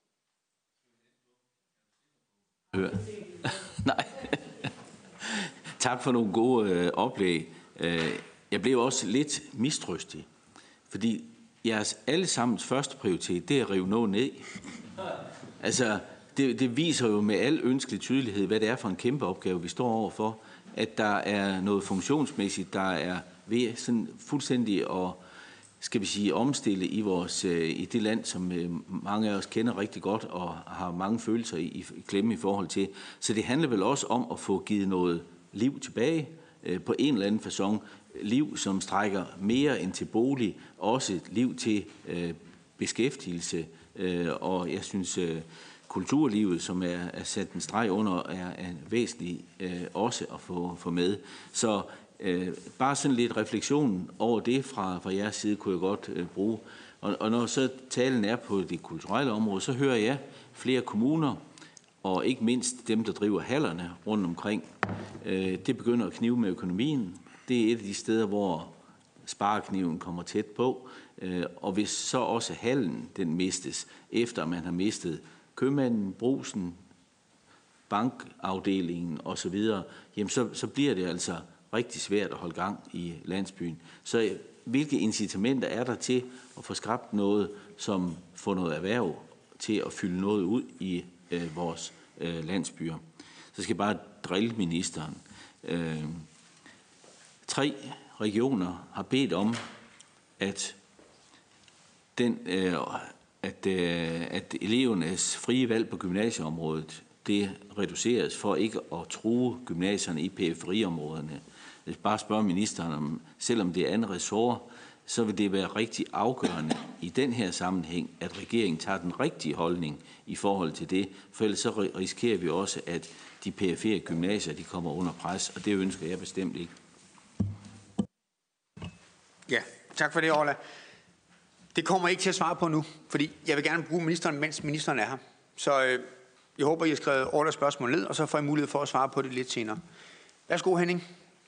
Nej. Tak for nogle gode øh, oplæg. Øh, jeg blev også lidt mistrøstig, fordi jeres allesammens første prioritet, det er at rive noget ned. Altså, det, det viser jo med al ønskelig tydelighed, hvad det er for en kæmpe opgave, vi står overfor. At der er noget funktionsmæssigt, der er ved sådan fuldstændig at, skal vi sige, omstille i, vores, i det land, som mange af os kender rigtig godt og har mange følelser i, i klemme i forhold til. Så det handler vel også om at få givet noget liv tilbage på en eller anden facon. Liv, som strækker mere end til bolig, også et liv til øh, beskæftigelse. Øh, og jeg synes, øh, kulturlivet, som er, er sat en streg under, er, er væsentligt øh, også at få, få med. Så øh, bare sådan lidt refleksion over det fra, fra jeres side kunne jeg godt øh, bruge. Og, og når så talen er på det kulturelle område, så hører jeg flere kommuner, og ikke mindst dem, der driver hallerne rundt omkring. Øh, det begynder at knive med økonomien. Det er et af de steder, hvor sparekniven kommer tæt på. Og hvis så også hallen den mistes, efter man har mistet købmanden, brusen, bankafdelingen osv., jamen så, så bliver det altså rigtig svært at holde gang i landsbyen. Så hvilke incitamenter er der til at få skabt noget, som får noget erhverv til at fylde noget ud i øh, vores øh, landsbyer? Så skal jeg bare drille ministeren. Øh, Tre regioner har bedt om, at, den, øh, at, øh, at elevernes frie valg på gymnasieområdet det reduceres for ikke at true gymnasierne i periferiområderne. Jeg vil bare spørge ministeren, om selvom det er andet ressort, så vil det være rigtig afgørende i den her sammenhæng, at regeringen tager den rigtige holdning i forhold til det, for ellers så risikerer vi også, at de perifere gymnasier de kommer under pres, og det ønsker jeg bestemt ikke. Ja, tak for det, Orla. Det kommer jeg ikke til at svare på nu, fordi jeg vil gerne bruge ministeren, mens ministeren er her. Så øh, jeg håber, I har skrevet Orlas spørgsmål ned, og så får I mulighed for at svare på det lidt senere. Værsgo, Henning.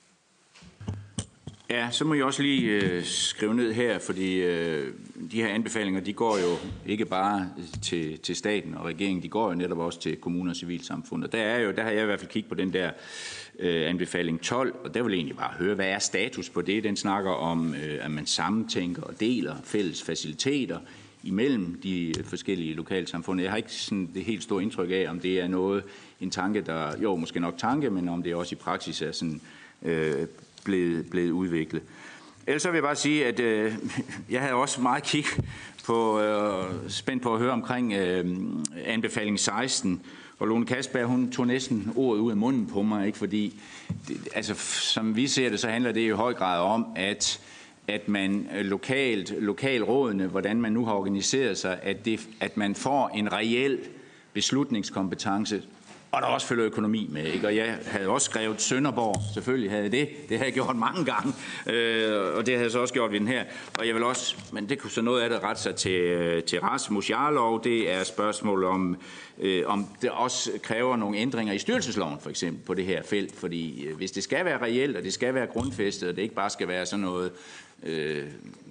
Ja, så må jeg også lige øh, skrive ned her, fordi øh, de her anbefalinger, de går jo ikke bare til, til staten og regeringen, de går jo netop også til kommuner og civilsamfund. Og der, er jo, der har jeg i hvert fald kigget på den der øh, anbefaling tolv, og der vil jeg egentlig bare høre, hvad er status på det? Den snakker om, øh, at man sammentænker og deler fælles faciliteter imellem de forskellige lokalsamfund. Jeg har ikke sådan det helt store indtryk af, om det er noget, en tanke, der, jo måske nok tanke, men om det også i praksis er sådan øh, blevet, blevet udviklet. Ellers så vil jeg bare sige, at øh, jeg havde også meget kig på, øh, spændt på at høre omkring øh, anbefaling seksten, og Lone Kasperg, hun tog næsten ordet ud af munden på mig, ikke? Fordi, det, altså, som vi ser det, så handler det i høj grad om, at at man lokalt, lokalrådene, hvordan man nu har organiseret sig, at, det, at man får en reel beslutningskompetence, og der også følger økonomi med. Ikke? Og jeg havde også skrevet Sønderborg, selvfølgelig havde det. Det havde jeg gjort mange gange, øh, og det havde jeg så også gjort ved den her. Og jeg vil også, men det kunne så noget af det rette sig til, til Rasmus Jarlov. Det er spørgsmål om, øh, om det også kræver nogle ændringer i styrelsesloven, for eksempel, på det her felt. Fordi øh, hvis det skal være reelt, og det skal være grundfæstet, og det ikke bare skal være sådan noget, øh,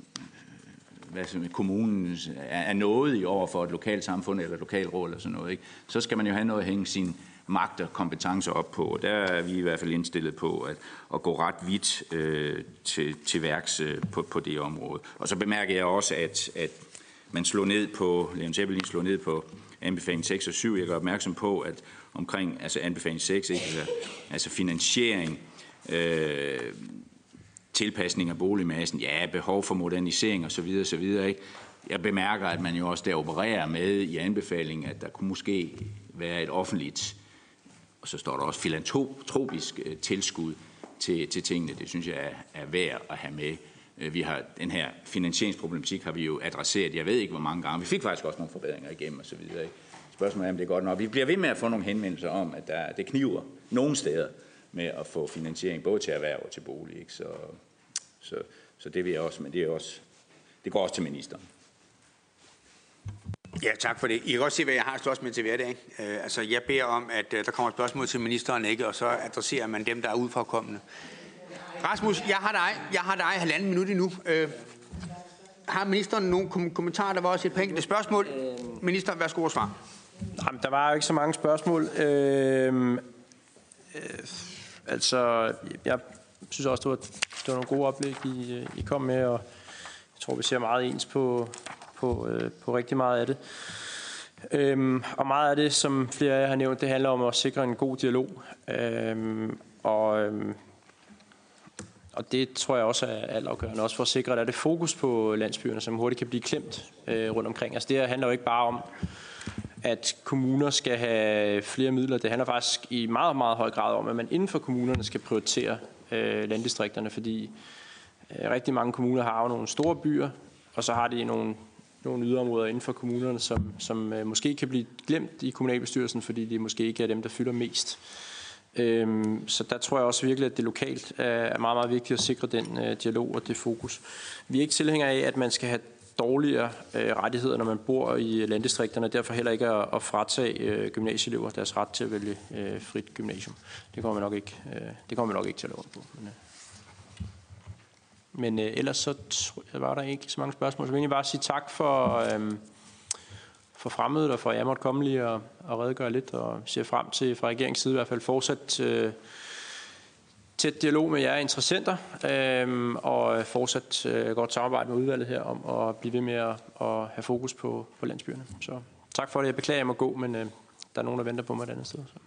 hvad som kommunen er noget i over for et lokalt samfund eller et lokalråd eller sådan noget, ikke? Så skal man jo have noget at hænge sin magt og kompetencer op på. Der er vi i hvert fald indstillet på at, at gå ret vidt øh, til, til værks øh, på, på det område. Og så bemærker jeg også, at, at man slår ned på, Leon Seppelin slår ned på anbefaling seks og syv. Jeg gør opmærksom på, at omkring altså anbefaling seks, ikke? Altså, altså finansiering, øh, tilpasning af boligmassen, ja, behov for modernisering osv. osv. Ikke? Jeg bemærker, at man jo også der opererer med i anbefalingen, at der kunne måske være et offentligt, og så står der også filantropisk tilskud til, til tingene. Det synes jeg er, er værd at have med. Vi har den her finansieringsproblematik har vi jo adresseret, jeg ved ikke hvor mange gange. Vi fik faktisk også nogle forbedringer igennem osv. Spørgsmålet er, om det er godt nok. Vi bliver ved med at få nogle henvendelser om, at der, det kniver nogle steder med at få finansiering, både til erhverv og til bolig. Ikke? Så, så, så det vil jeg også, men det, er også, det går også til ministeren. Ja, tak for det. I kan også se, hvad jeg har slås med til hverdag. Uh, altså, jeg beder om, at uh, der kommer et spørgsmål til ministeren, ikke, og så adresserer man dem, der er udefrakommende. Rasmus, jeg har dig, jeg har dig halvanden minut endnu. Uh, har ministeren nogle kom- kommentarer? Der var også et par enkelte spørgsmål. Minister, værsgo at svare. Jamen, der var jo ikke så mange spørgsmål. Øh, øh, Altså, jeg synes også, det var, det var nogle gode oplæg, I, I kom med, og jeg tror, vi ser meget ens på, på, øh, på rigtig meget af det. Øhm, og meget af det, som flere af jer har nævnt, det handler om at sikre en god dialog. Øhm, og, øhm, og det tror jeg også er altafgørende, også for at sikre, at der er det fokus på landsbyerne, som hurtigt kan blive klemt øh, rundt omkring. Altså det her handler jo ikke bare om, at kommuner skal have flere midler. Det handler faktisk i meget, meget høj grad om, at man inden for kommunerne skal prioritere øh, landdistrikterne, fordi øh, rigtig mange kommuner har jo nogle store byer, og så har de nogle, nogle yderområder inden for kommunerne, som, som øh, måske kan blive glemt i kommunalbestyrelsen, fordi de måske ikke er dem, der fylder mest. Øhm, så der tror jeg også virkelig, at det lokalt er meget, meget vigtigt at sikre den øh, dialog og det fokus. Vi er ikke tilhængere af, at man skal have dårligere øh, rettigheder, når man bor i landdistrikterne, derfor heller ikke at, at fratage øh, gymnasieelever deres ret til at vælge øh, frit gymnasium. Det kommer man nok ikke, øh, det kommer man nok ikke til at lave på. Men, øh. Men øh, ellers så var der ikke så mange spørgsmål. Så vil jeg bare sige tak for, øh, for fremmødet og for at jeg måtte komme lige og, og redegøre lidt, og ser frem til fra regeringens side i hvert fald fortsat øh, tæt dialog med jer interessenter, øh, og fortsat øh, godt samarbejde med udvalget her om at blive ved med at, at have fokus på, på landsbyerne. Så tak for det. Jeg beklager, at jeg må gå, men øh, der er nogen, der venter på mig et andet sted. Så.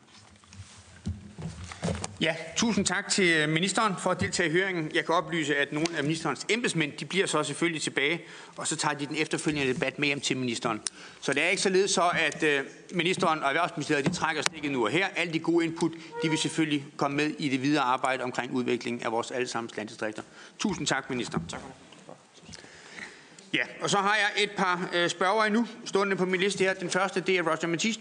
Ja, tusind tak til ministeren for at deltage i høringen. Jeg kan oplyse, at nogle af ministerens embedsmænd, de bliver så selvfølgelig tilbage, og så tager de den efterfølgende debat med hjem til ministeren. Så det er ikke således så, at ministeren og Erhvervsministeriet, de trækker stikket nu og her. Alle de gode input, de vil selvfølgelig komme med i det videre arbejde omkring udviklingen af vores allesammens landdistrikter. Tusind tak, minister. Tak for det. Ja, og så har jeg et par øh, spørgere endnu, stående på min liste her. Den første, det er Roger Mathisen.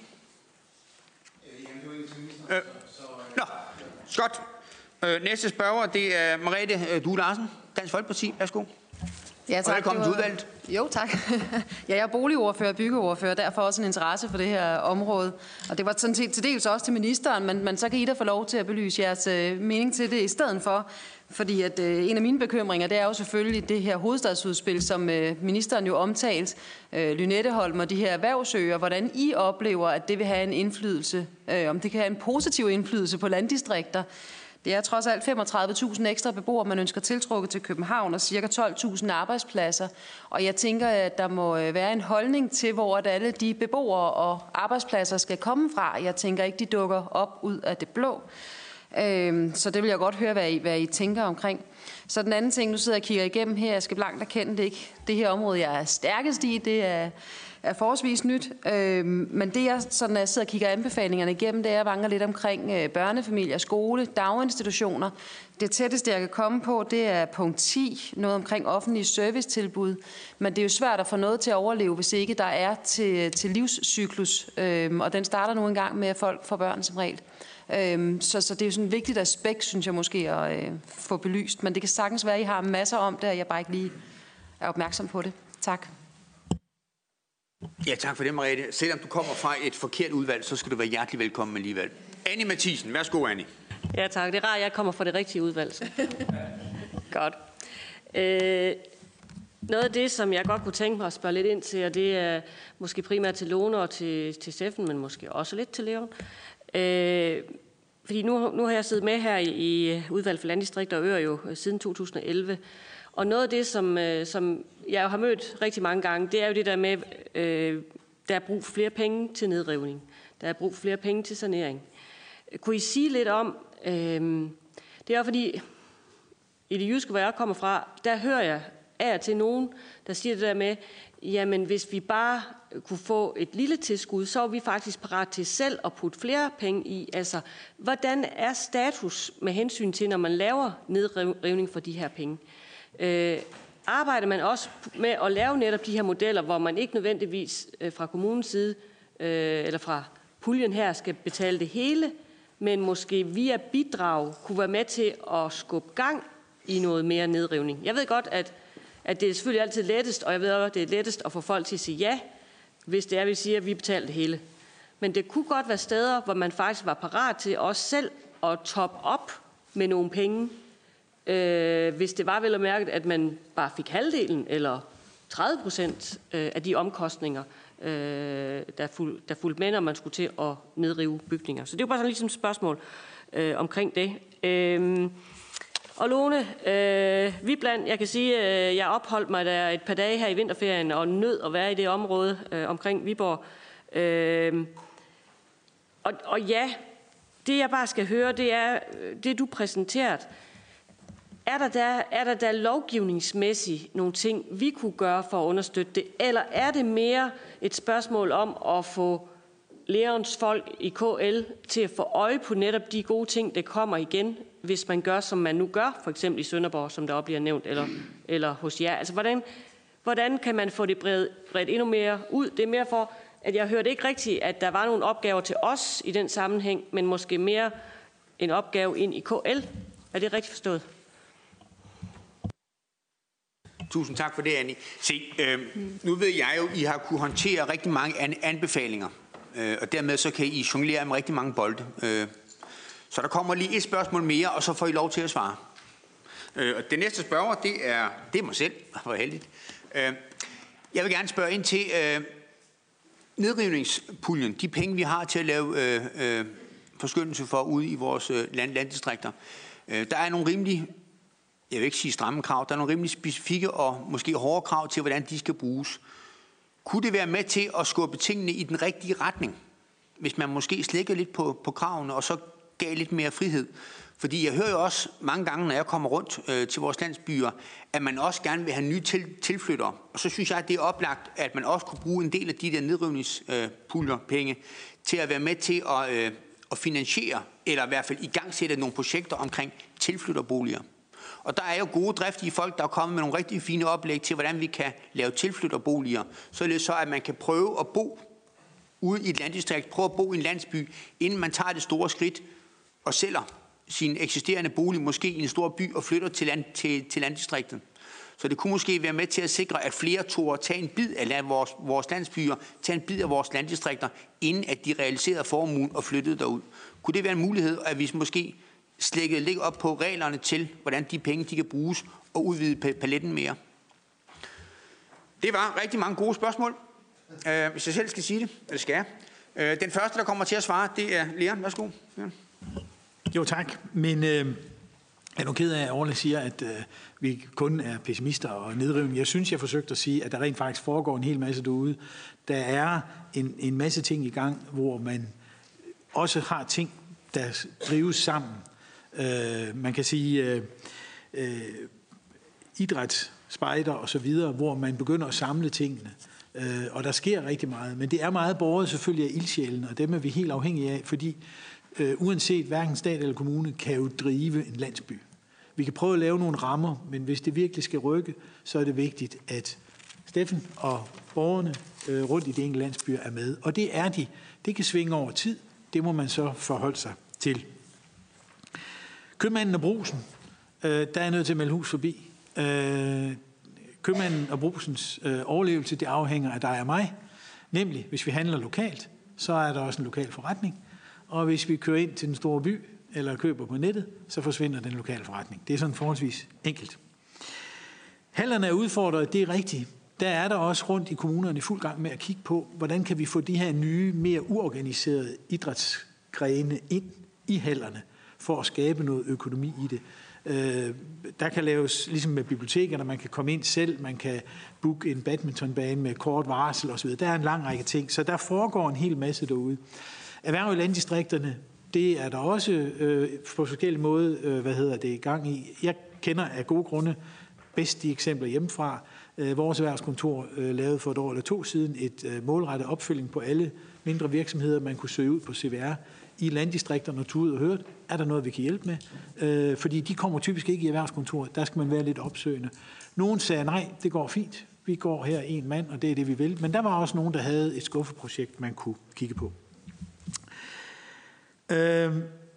Øh, nå. Godt. Øh, næste spørger, det er Merete øh, Due Larsen, Dansk Folkeparti. Værsgo. Ja, tak. Og velkommen til udvalget. Jo, tak. Ja, jeg er boligordfører og byggeordfører, derfor også en interesse for det her område. Og det var sådan set til dels også til ministeren, men, men så kan I da få lov til at belyse jeres øh, mening til det i stedet for. Fordi at øh, en af mine bekymringer, det er jo selvfølgelig det her hovedstadsudspil, som øh, ministeren jo omtalt, øh, Lynetteholm og de her erhvervsøer, hvordan I oplever, at det vil have en indflydelse, øh, om det kan have en positiv indflydelse på landdistrikter. Det er trods alt femogtredive tusind ekstra beboere, man ønsker tiltrukket til København, og cirka tolv tusind arbejdspladser. Og jeg tænker, at der må være en holdning til, hvor at alle de beboere og arbejdspladser skal komme fra. Jeg tænker ikke, de dukker op ud af det blå. Så det vil jeg godt høre, hvad I, hvad I tænker omkring. Så den anden ting, nu sidder jeg og kigger igennem her, jeg skal blankt erkende, det ikke det her område, jeg er stærkest i, det er, er forholdsvis nyt. Men det, jeg, så når jeg sidder og kigger anbefalingerne igennem, det er, at jeg vanker lidt omkring børnefamilier, skole, daginstitutioner. Det tætteste, jeg kan komme på, det er punkt ti, noget omkring offentlige servicetilbud. Men det er jo svært at få noget til at overleve, hvis ikke der er til, til livscyklus. Og den starter nu engang med, at folk får børn som regel. Så, så det er jo sådan et vigtigt aspekt, synes jeg måske, at øh, få belyst. Men det kan sagtens være, at I har masser om det, og jeg bare ikke lige er opmærksom på det. Tak. Ja, tak for det, Merete. Selvom du kommer fra et forkert udvalg, så skal du være hjertelig velkommen alligevel. Annie Mathisen, værsgo, Annie. Ja, tak. Det er rart, at jeg kommer fra det rigtige udvalg. Godt. Øh, noget af det, som jeg godt kunne tænke mig at spørge lidt ind til, og det er måske primært til Lone og til, til Steffen, men måske også lidt til Leon. Øh, fordi nu, nu har jeg siddet med her i, i udvalg for landdistrikter og øer jo siden to tusind og elleve, og noget af det, som, øh, som jeg har mødt rigtig mange gange, det er jo det der med, øh, der er brug for flere penge til nedrivning, der er brug for flere penge til sanering. Kunne I sige lidt om, øh, det er fordi, i det jyske, hvor jeg kommer fra, der hører jeg af og til nogen, der siger det der med, jamen hvis vi bare kunne få et lille tilskud, så er vi faktisk parat til selv at putte flere penge i. Altså, hvordan er status med hensyn til, når man laver nedrivning for de her penge? Øh, arbejder man også med at lave netop de her modeller, hvor man ikke nødvendigvis øh, fra kommunens side, øh, eller fra puljen her, skal betale det hele, men måske via bidrag kunne være med til at skubbe gang i noget mere nedrivning? Jeg ved godt, at at det er selvfølgelig altid lettest, og jeg ved også, at det er lettest at få folk til at sige ja, hvis det er, vi siger, at vi betaler det hele. Men det kunne godt være steder, hvor man faktisk var parat til også selv at toppe op med nogle penge, øh, hvis det var vel at mærke, at man bare fik halvdelen eller tredive procent af de omkostninger, øh, der, fuld, der fulgte med, når man skulle til at nedrive bygninger. Så det er jo bare sådan ligesom et spørgsmål øh, omkring det. Øhm, og Lone øh, Wibland, jeg kan sige, at øh, jeg opholdt mig der et par dage her i vinterferien og nød at være i det område øh, omkring Viborg. Øh, og, og ja, det jeg bare skal høre, det er det du præsenteret. Er der, der, er der der lovgivningsmæssigt nogle ting, vi kunne gøre for at understøtte det? Eller er det mere et spørgsmål om at få lærerens folk i K L til at få øje på netop de gode ting, der kommer igen, hvis man gør, som man nu gør, for eksempel i Sønderborg, som der også bliver nævnt, eller, eller hos jer? Altså, hvordan, hvordan kan man få det bredt, bredt endnu mere ud? Det er mere for, at jeg hørte ikke rigtigt, at der var nogle opgaver til os i den sammenhæng, men måske mere en opgave ind i K L. Er det rigtigt forstået? Tusind tak for det, Annie. Se, øh, nu ved jeg jo, I har kunne håndtere rigtig mange anbefalinger, øh, og dermed så kan I jonglere med rigtig mange bolde. Øh, så der kommer lige et spørgsmål mere, og så får I lov til at svare. Øh, og det næste spørger, det er, det er mig selv. Hvor heldigt. Øh, jeg vil gerne spørge ind til øh, nedrivningspuljen, de penge, vi har til at lave øh, øh, forskyndelse for ude i vores øh, land, landdistrikter. Øh, der er nogle rimelig, jeg vil ikke sige stramme krav, der er nogle rimelig specifikke og måske hårde krav til, hvordan de skal bruges. Kunne det være med til at skubbe tingene i den rigtige retning, hvis man måske slækker lidt på, på kravene, og så gav lidt mere frihed? Fordi jeg hører jo også mange gange, når jeg kommer rundt øh, til vores landsbyer, at man også gerne vil have nye til, tilflyttere. Og så synes jeg, at det er oplagt, at man også kunne bruge en del af de der nedrivningspuljer, øh, penge, til at være med til at, øh, at finansiere, eller i hvert fald igangsætte nogle projekter omkring tilflytterboliger. Og der er jo gode driftige folk, der er kommet med nogle rigtig fine oplæg til, hvordan vi kan lave tilflytterboliger, således så, at man kan prøve at bo ude i et landdistrikt, prøve at bo i en landsby, inden man tager det store skridt og sælger sin eksisterende bolig, måske i en stor by, og flytter til, land, til, til landdistriktet. Så det kunne måske være med til at sikre, at flere tog tage en bid af vores, vores landsbyer, tage en bid af vores landdistrikter, inden at de realiserede formuen og flyttede derud. Kunne det være en mulighed, at vi måske slækkede lidt op på reglerne til, hvordan de penge de kan bruges, og udvide paletten mere? Det var rigtig mange gode spørgsmål. Uh, hvis jeg selv skal sige det, eller skal jeg. Uh, den første, der kommer til at svare, det er Leon. Værsgo. Ja. Jo, tak. Men øh, jeg er nu ked af, at Orla siger, at øh, vi kun er pessimister og nedrivende. Jeg synes, jeg forsøgte at sige, at der rent faktisk foregår en hel masse derude. Der er en, en masse ting i gang, hvor man også har ting, der drives sammen. Øh, man kan sige øh, øh, idræt, spejder og så videre, hvor man begynder at samle tingene. Øh, og der sker rigtig meget. Men det er meget båret selvfølgelig af ildsjælen, og dem er vi helt afhængige af, fordi Uh, uanset hverken stat eller kommune, kan jo drive en landsby. Vi kan prøve at lave nogle rammer, men hvis det virkelig skal rykke, så er det vigtigt, at Steffen og borgerne uh, rundt i de enkelte landsbyer er med. Og det er de. Det kan svinge over tid. Det må man så forholde sig til. Købmanden og Brugsen, uh, der er nødt til at melde hus forbi. Uh, købmanden og Brugsens uh, overlevelse, det afhænger af dig og mig. Nemlig, hvis vi handler lokalt, så er der også en lokal forretning. Og hvis vi kører ind til den store by, eller køber på nettet, så forsvinder den lokale forretning. Det er sådan forholdsvis enkelt. Hallerne er udfordret, det er rigtigt. Der er der også rundt i kommunerne i fuld gang med at kigge på, hvordan kan vi få de her nye, mere uorganiserede idrætsgrene ind i hallerne, for at skabe noget økonomi i det. Øh, der kan laves, ligesom med bibliotekerne, man kan komme ind selv, man kan booke en badmintonbane med kort varsel osv. Der er en lang række ting, så der foregår en hel masse derude. Erhverv i landdistrikterne, det er der også øh, på forskellige måder, øh, hvad hedder det, i gang i. Jeg kender af gode grunde bedst de eksempler hjemmefra. Øh, vores erhvervskontor øh, lavede for et år eller to siden et øh, målrettet opfølging på alle mindre virksomheder, man kunne søge ud på C V R i landdistrikterne og tog ud og hørte, er der noget, vi kan hjælpe med? Øh, fordi de kommer typisk ikke i erhvervskontoret, der skal man være lidt opsøgende. Nogen sagde, nej, det går fint, vi går her en mand, og det er det, vi vil. Men der var også nogen, der havde et skuffeprojekt, man kunne kigge på. Øh,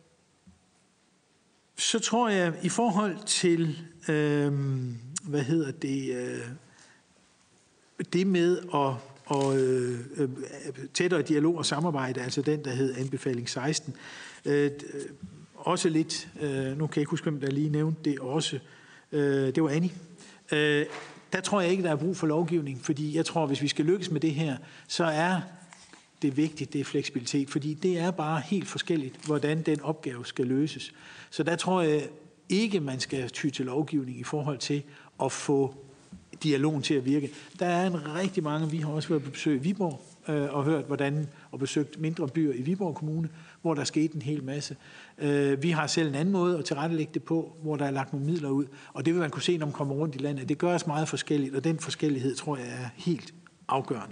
så tror jeg, i forhold til, øh, hvad hedder det, øh, det med at og øh, øh, tættere dialog og samarbejde, altså den, der hed anbefaling seksten. Øh, også lidt, øh, nu kan jeg ikke huske, hvem der lige nævnte det også, øh, det var Annie. Øh, der tror jeg ikke, der er brug for lovgivning, fordi jeg tror, hvis vi skal lykkes med det her, så er det er vigtigt, det er fleksibilitet, fordi det er bare helt forskelligt, hvordan den opgave skal løses. Så der tror jeg ikke, man skal ty til lovgivning i forhold til at få dialogen til at virke. Der er en rigtig mange, vi har også været på besøg i Viborg øh, og hørt, hvordan, og besøgt mindre byer i Viborg Kommune, hvor der skete en hel masse. Øh, vi har selv en anden måde at tilrettelægge det på, hvor der er lagt nogle midler ud, og det vil man kunne se, når man kommer rundt i landet. Det gør os meget forskelligt, og den forskellighed, tror jeg, er helt afgørende.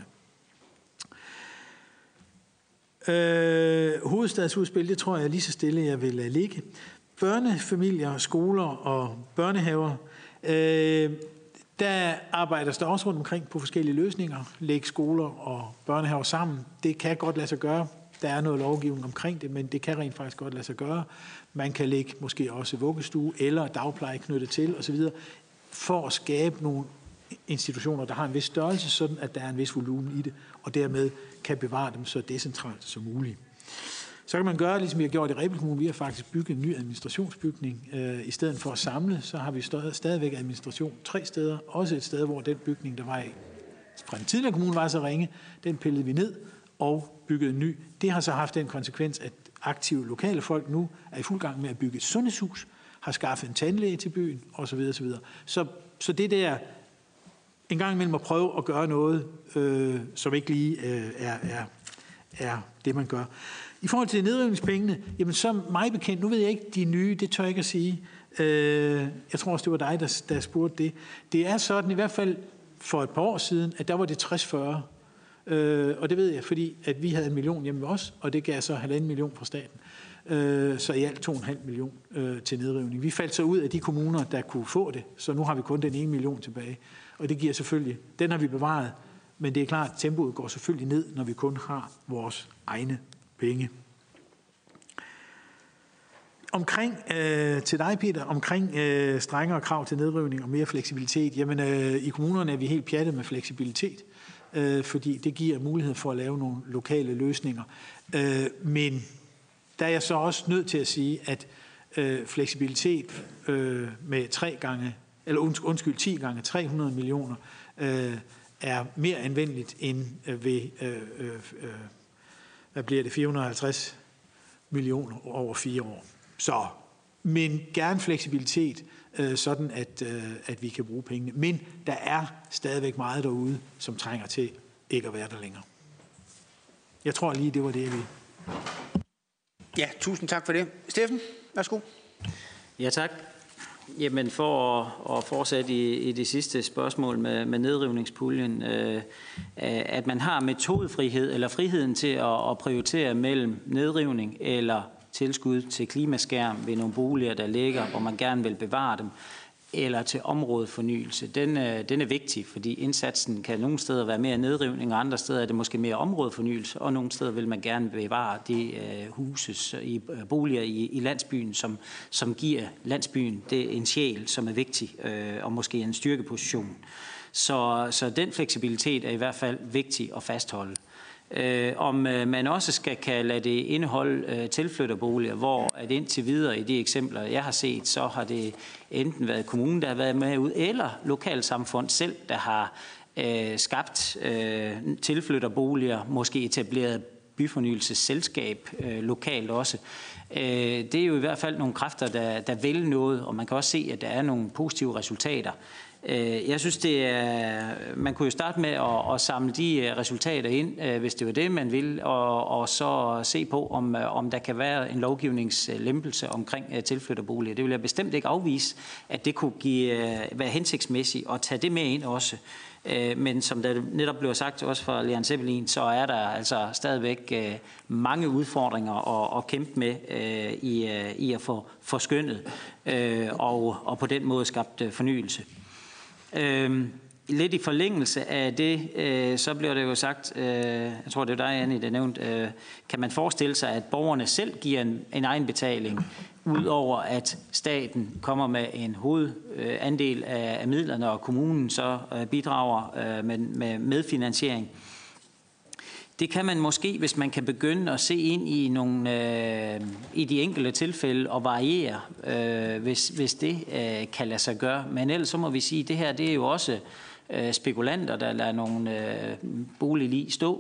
Øh, hovedstadsudspil, det tror jeg lige så stille, jeg vil lade ligge. Børnefamilier, skoler og børnehaver, øh, der arbejdes der også rundt omkring på forskellige løsninger. Lægge skoler og børnehaver sammen. Det kan godt lade sig gøre. Der er noget lovgivning omkring det, men det kan rent faktisk godt lade sig gøre. Man kan lægge måske også vuggestue eller dagpleje knyttet til osv. for at skabe nogle institutioner, der har en vis størrelse, sådan at der er en vis volumen i det, og dermed kan bevare dem så decentralt som muligt. Så kan man gøre, ligesom vi har gjort i Rebild Kommune. Vi har faktisk bygget en ny administrationsbygning. Øh, I stedet for at samle, så har vi stadig, stadigvæk administration tre steder. Også et sted, hvor den bygning, der var i, fra den tidligere kommune, var så ringe. Den pillede vi ned og byggede en ny. Det har så haft den konsekvens, at aktive lokale folk nu er i fuld gang med at bygge et sundhedshus, har skaffet en tandlæge til byen osv. osv. Så, så det der en gang imellem at prøve at gøre noget, øh, som ikke lige øh, er, er, er det, man gør. I forhold til nedrivningspengene, jamen så mig bekendt, nu ved jeg ikke de nye, det tør jeg ikke at sige. Øh, jeg tror også, det var dig, der, der spurgte det. Det er sådan, i hvert fald for et par år siden, at der var det tres fyrre. Øh, og det ved jeg, fordi at vi havde en million hjemme med os, og det gav så halvanden million fra staten. Øh, så i alt to komma fem million øh, til nedrivning. Vi faldt så ud af de kommuner, der kunne få det, så nu har vi kun den ene million tilbage. Og det giver selvfølgelig, den har vi bevaret, men det er klart, at tempoet går selvfølgelig ned, når vi kun har vores egne penge. Omkring, øh, til dig, Peter, omkring øh, strengere krav til nedrivning og mere fleksibilitet. Jamen, øh, i kommunerne er vi helt pjattet med fleksibilitet, øh, fordi det giver mulighed for at lave nogle lokale løsninger. Øh, men der er jeg så også nødt til at sige, at øh, fleksibilitet øh, med tre gange, eller undskyld, ti gange tre hundrede millioner, øh, er mere anvendeligt end øh, ved, øh, øh, hvad bliver det, fire hundrede og halvtreds millioner over fire år. Så, men gerne fleksibilitet, øh, sådan at, øh, at vi kan bruge pengene. Men der er stadigvæk meget derude, som trænger til ikke at være der længere. Jeg tror lige, det var det, jeg ville. Ja, tusind tak for det. Steffen, værsgo. Ja, tak. Jamen for at, at fortsætte i, i det sidste spørgsmål med, med nedrivningspuljen, øh, at man har metodefrihed eller friheden til at, at prioritere mellem nedrivning eller tilskud til klimaskærm ved nogle boliger, der ligger, hvor man gerne vil bevare dem, eller til områdefornyelse. Den, den er vigtig, fordi indsatsen kan nogle steder være mere nedrivning, og andre steder er det måske mere områdefornyelse, og nogle steder vil man gerne bevare de uh, huses i uh, boliger i, i landsbyen, som, som giver landsbyen det en sjæl, som er vigtig, uh, og måske en styrkeposition. Så, så den fleksibilitet er i hvert fald vigtig at fastholde. Øh, om øh, man også skal kan lade det indeholde øh, tilflytterboliger, hvor at indtil videre i de eksempler, jeg har set, så har det enten været kommunen, der har været med ud, eller lokalsamfund selv, der har øh, skabt øh, tilflytterboliger, måske etableret byfornyelsesselskab øh, lokalt også. Øh, det er jo i hvert fald nogle kræfter, der, der vil noget, og man kan også se, at der er nogle positive resultater. Jeg synes, det er, man kunne jo starte med at, at samle de resultater ind, hvis det var det, man vil, og, og så se på, om, om der kan være en lovgivningslempelse omkring tilflytterboliger. Det vil jeg bestemt ikke afvise, at det kunne give, være hensigtsmæssigt at tage det med ind også. Men som der netop blev sagt også fra Leon Seppelin, så er der altså stadigvæk mange udfordringer at, at kæmpe med i, i at få forskønnet og, og på den måde skabt fornyelse. Øh, lidt i forlængelse af det, øh, så bliver det jo sagt, øh, jeg tror det er dig, Annie, der nævnt, øh, kan man forestille sig, at borgerne selv giver en, en egenbetaling, udover at staten kommer med en hovedandel øh, af, af midlerne, og kommunen så øh, bidrager øh, med, med medfinansiering. Det kan man måske, hvis man kan begynde at se ind i nogle øh, i de enkelte tilfælde og variere, øh, hvis, hvis det øh, kan lade sig gøre. Men ellers så må vi sige, at det her det er jo også øh, spekulanter, der lader nogle øh, boliglig stå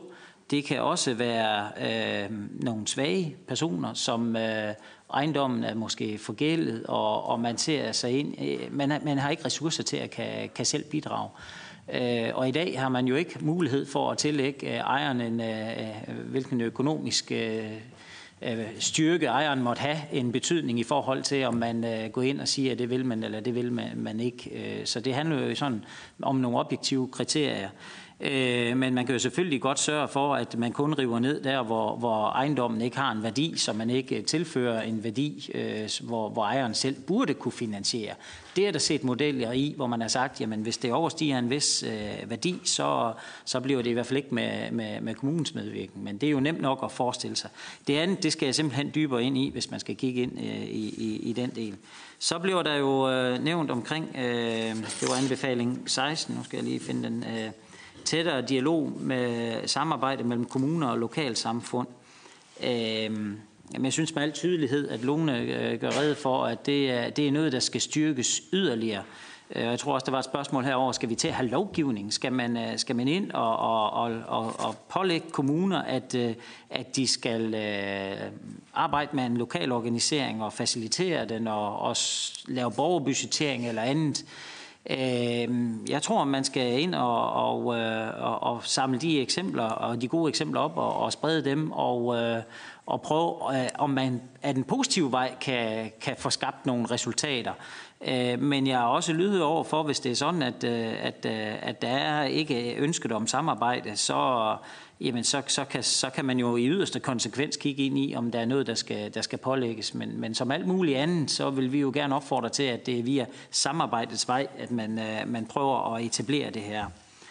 Det kan også være øh, nogle svage personer, som øh, ejendommen er måske forgældet, og, og man ser sig ind. Øh, man, man har ikke ressourcer til at kan, kan selv bidrage. Øh, og i dag har man jo ikke mulighed for at tillægge øh, ejeren en øh, hvilken økonomisk øh, styrke ejeren måtte have en betydning i forhold til, om man øh, går ind og siger, at det vil man, eller det vil man, man ikke. Øh, så det handler jo sådan om nogle objektive kriterier. Øh, men man kan jo selvfølgelig godt sørge for, at man kun river ned der, hvor, hvor ejendommen ikke har en værdi, så man ikke tilfører en værdi, øh, hvor, hvor ejeren selv burde kunne finansiere. Det er der set modeller i, hvor man har sagt, jamen hvis det overstiger en vis øh, værdi, så, så bliver det i hvert fald ikke med, med, med kommunens medvirkning. Men det er jo nemt nok at forestille sig. Det andet, det skal jeg simpelthen dybere ind i, hvis man skal kigge ind øh, i, i, i den del. Så bliver der jo øh, nævnt omkring, øh, det var anbefaling seksten, nu skal jeg lige finde den, øh, tættere dialog med samarbejde mellem kommuner og lokalsamfund. Øh, jeg synes med al tydelighed, at Lone øh, gør rede for, at det er, det er noget, der skal styrkes yderligere. Jeg tror også, der var et spørgsmål herover, skal vi til at have lovgivning? Skal man, skal man ind og, og, og, og pålægge kommuner, at, at de skal arbejde med en lokal organisering og facilitere den og også lave borgerbudgettering eller andet? Jeg tror, man skal ind og, og, og, og samle de eksempler og de gode eksempler op og, og sprede dem og, og prøve, om man af den positive vej kan, kan få skabt nogle resultater. Men jeg er også lydhør over for, hvis det er sådan, at, at, at der er ikke ønsket om samarbejde, så, jamen så, så, kan, så kan man jo i yderste konsekvens kigge ind i, om der er noget, der skal, der skal pålægges. Men, men som alt muligt andet, så vil vi jo gerne opfordre til, at det er via samarbejdets vej, at man, man prøver at etablere det her.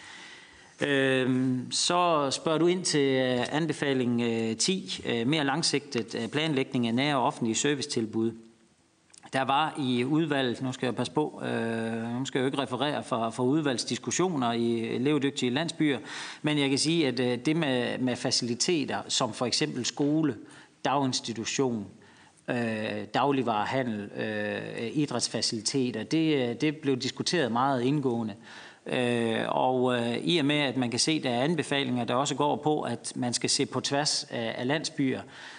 Så spørger du ind til anbefaling ti, mere langsigtet planlægning af nære og offentlige servicetilbud. Der var i udvalget, nu skal jeg passe på, øh, nu skal jeg jo ikke referere for, for udvalgsdiskussioner i levedygtige landsbyer, men jeg kan sige, at øh, det med, med faciliteter, som for eksempel skole, daginstitution, øh, dagligvarehandel, øh, idrætsfaciliteter, det, det blev diskuteret meget indgående. Øh, og øh, i og med, at man kan se, at der er anbefalinger, der også går på, at man skal se på tværs af, af landsbyer,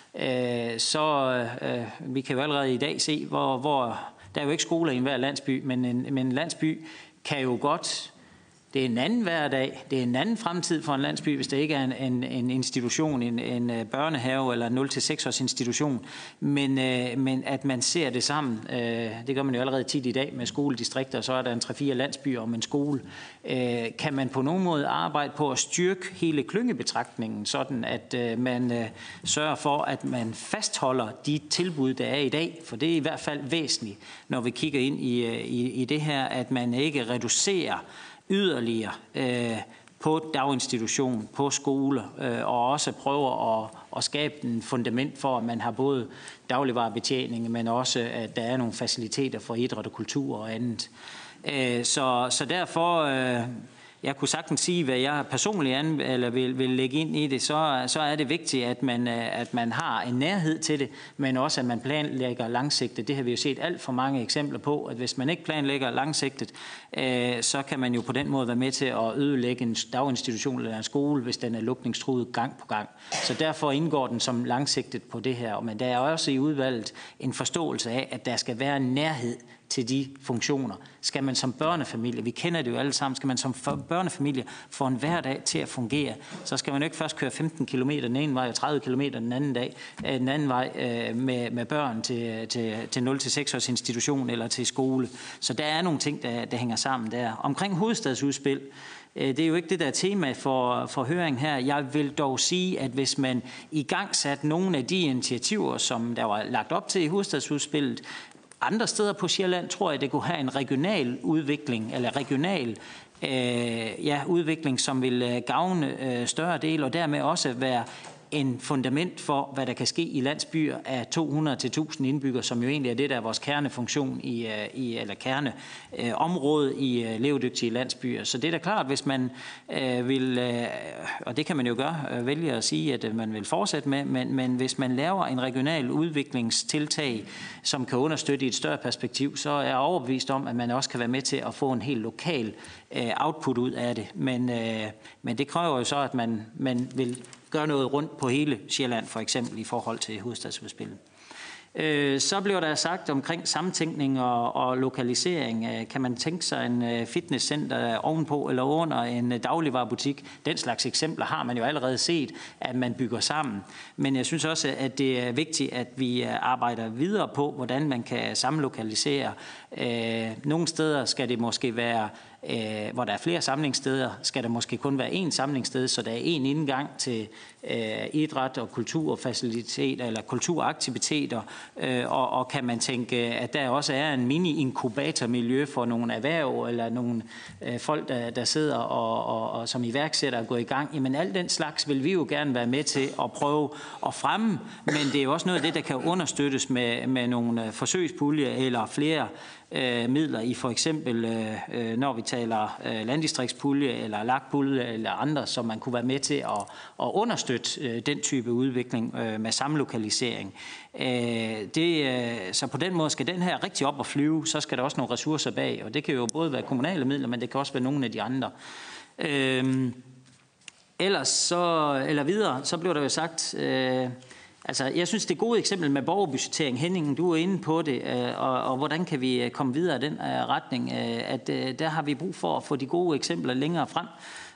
så øh, vi kan jo allerede i dag se, hvor, hvor der er jo ikke skoler i enhver landsby, men en, men en landsby kan jo godt, det er en anden hverdag, det er en anden fremtid for en landsby, hvis det ikke er en, en, en institution, en, en børnehave eller nul til seks års institution, men, øh, men at man ser det sammen, øh, det gør man jo allerede tit i dag med skoledistrikter, så er der en tre fire landsbyer om en skole. Øh, kan man på nogen måde arbejde på at styrke hele klyngebetragtningen, sådan at øh, man øh, sørger for, at man fastholder de tilbud, der er i dag, for det er i hvert fald væsentligt, når vi kigger ind i, i, i det her, at man ikke reducerer yderligere øh, på daginstitution, på skole, øh, og også prøver at, at skabe en fundament for, at man har både dagligvarebetjening, men også, at der er nogle faciliteter for idræt og kultur og andet. Øh, så, så derfor, øh, jeg kunne sagtens sige, hvad jeg personligt an, eller vil, vil lægge ind i det, så, så er det vigtigt, at man, at man har en nærhed til det, men også, at man planlægger langsigtet. Det har vi jo set alt for mange eksempler på, at hvis man ikke planlægger langsigtet, øh, så kan man jo på den måde være med til at ødelægge en daginstitution eller en skole, hvis den er lukningstruet gang på gang. Så derfor indgår den som langsigtet på det her. Men der er også i udvalget en forståelse af, at der skal være en nærhed til de funktioner. Skal man som børnefamilie, vi kender det jo alle sammen, skal man som børnefamilie få en hverdag til at fungere, så skal man jo ikke først køre femten kilometer den ene vej og tredive kilometer den anden dag, den anden vej med, med børn til, til, til nul til seks års institution eller til skole. Så der er nogle ting, der, der hænger sammen der. Omkring hovedstadsudspil, det er jo ikke det, der er tema for, for høring her. Jeg vil dog sige, at hvis man i gang satte nogle af de initiativer, som der var lagt op til i hovedstadsudspillet, andre steder på Sjælland tror jeg, det kunne have en regional udvikling, eller regional øh, ja, udvikling, som vil gavne øh, større del, og dermed også være en fundament for, hvad der kan ske i landsbyer af to hundrede til tusind indbyggere, som jo egentlig er det, der er vores kernefunktion i, i eller kerneområde øh, i øh, levedygtige landsbyer. Så det er da klart, hvis man øh, vil, øh, og det kan man jo gøre, øh, vælge at sige, at øh, man vil fortsætte med, men, men hvis man laver en regional udviklingstiltag, som kan understøtte i et større perspektiv, så er jeg overbevist om, at man også kan være med til at få en helt lokal øh, output ud af det. Men, øh, men det kræver jo så, at man, man vil gøre noget rundt på hele Sjælland, for eksempel i forhold til hovedstadsudspillet. Så blev der sagt omkring samtænkning og, og lokalisering. Kan man tænke sig en fitnesscenter ovenpå eller under en dagligvarebutik? Den slags eksempler har man jo allerede set, at man bygger sammen. Men jeg synes også, at det er vigtigt, at vi arbejder videre på, hvordan man kan samlokalisere. Nogle steder skal det måske være, hvor der er flere samlingssteder, skal der måske kun være én samlingssted, så der er én indgang til idræt og kulturfaciliteter eller kulturaktiviteter, og, og kan man tænke, at der også er en mini-inkubatormiljø for nogle erhverv eller nogle folk, der, der sidder og, og, og som iværksætter og går i gang. Jamen alt den slags vil vi jo gerne være med til at prøve at fremme, men det er jo også noget af det, der kan understøttes med, med nogle forsøgspuljer eller flere øh, midler i for eksempel, øh, når vi taler øh, landdistriktspulje eller lagpulje eller andre, som man kunne være med til at, at understøtte øh, den type udvikling øh, med samlokalisering. Øh, det, øh, så på den måde skal den her rigtig op og flyve, så skal der også nogle ressourcer bag, og det kan jo både være kommunale midler, men det kan også være nogle af de andre. Øh, ellers så, eller videre, så blev der jo sagt... Øh, Altså, jeg synes, det gode eksempel med borgerbudgettering, Henning, du er inde på det, og, og hvordan kan vi komme videre i den uh, retning, uh, at uh, der har vi brug for at få de gode eksempler længere frem,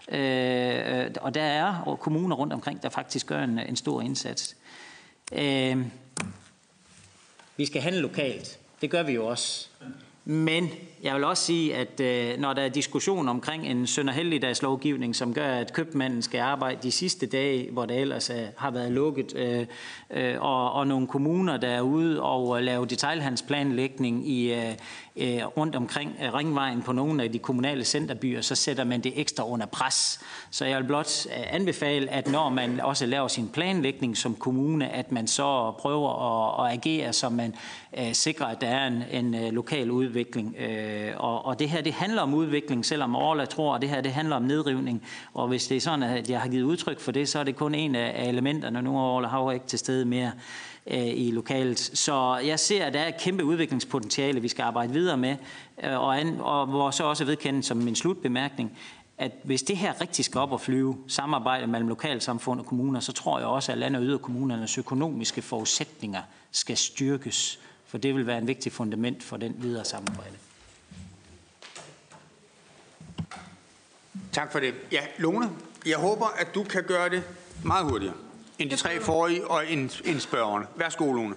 uh, og der er kommuner rundt omkring, der faktisk gør en, en stor indsats. Uh, vi skal handle lokalt, det gør vi jo også. Men jeg vil også sige, at øh, når der er diskussion omkring en sønder helligdagslovgivning, som gør, at købmanden skal arbejde de sidste dage, hvor det ellers øh, har været lukket, øh, øh, og, og nogle kommuner, der er ude og lave detailhandelsplanlægning i, øh, øh, rundt omkring øh, Ringvejen på nogle af de kommunale centerbyer, så sætter man det ekstra under pres. Så jeg vil blot øh, anbefale, at når man også laver sin planlægning som kommune, at man så prøver at, at agere, så man øh, sikrer, at der er en, en øh, lokal udvikling. Øh, Og, og det her, det handler om udvikling, selvom Orla tror, at det her, det handler om nedrivning. Og hvis det er sådan, at jeg har givet udtryk for det, så er det kun en af elementerne. Nu er Orla Hav ikke til stede mere øh, i lokalet. Så jeg ser, at der er et kæmpe udviklingspotentiale, vi skal arbejde videre med. Øh, og, an, og hvor så også vedkendt som min slutbemærkning, at hvis det her rigtig skal op og flyve, samarbejde mellem lokalsamfund og kommuner, så tror jeg også, at land- og yderkommunernes økonomiske forudsætninger skal styrkes. For det vil være en vigtig fundament for den videre samarbejde. Tak for det. Ja, Lone, jeg håber, at du kan gøre det meget hurtigere end de tre forrige og end spørgerne. Værsgo, Lone.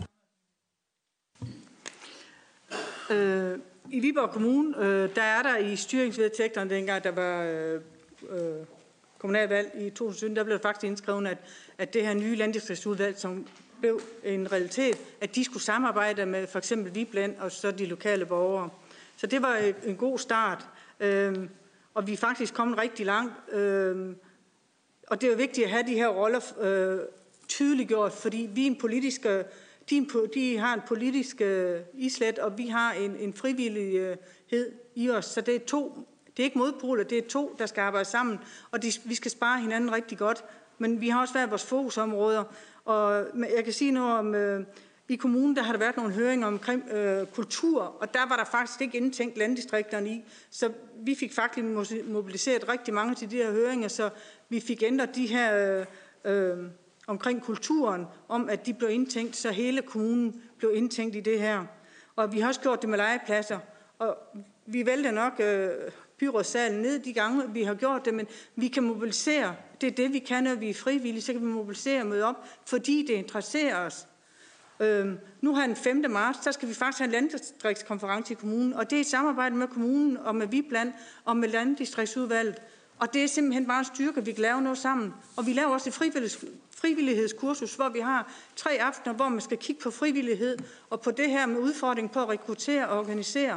Øh, I Viborg Kommune, øh, der er der i styringsvedtægterne, dengang der var øh, øh, kommunalvalg i to tusind og sytten, der blev det faktisk indskrevet, at, at det her nye landdistriktsudvalg, som blev en realitet, at de skulle samarbejde med for eksempel Vibland og så de lokale borgere. Så det var en god start. Øh, Og vi er faktisk kommet rigtig langt. Øh, og det er jo vigtigt at have de her roller øh, tydeliggjort, fordi vi er en politisk, de, de har en politisk øh, islet, og vi har en, en frivillighed i os. Så det er to, det er ikke modpoler, det er to, der skal arbejde sammen, og de, vi skal spare hinanden rigtig godt. Men vi har også været vores fokusområder, og jeg kan sige noget om... Øh, I kommunen der har der været nogle høringer omkring øh, kultur, og der var der faktisk ikke indtænkt landdistrikterne i. Så vi fik faktisk mobiliseret rigtig mange til de her høringer, så vi fik ændret de her øh, øh, omkring kulturen, om at de blev indtænkt, så hele kommunen blev indtænkt i det her. Og vi har også gjort det med legepladser, og vi vælger nok øh, byrådssalen ned de gange, vi har gjort det, men vi kan mobilisere. Det er det, vi kan, når vi er frivillige, så kan vi mobilisere og møde op, fordi det interesserer os. Øhm, nu har den femte marts, så skal vi faktisk have en landdistriktskonference i kommunen, og det er et samarbejde med kommunen og med Vibland og med landdistriktsudvalget. Og det er simpelthen bare en styrke, at vi kan lave noget sammen. Og vi laver også et frivilligheds, frivillighedskursus, hvor vi har tre aftener, hvor man skal kigge på frivillighed og på det her med udfordring på at rekruttere og organisere.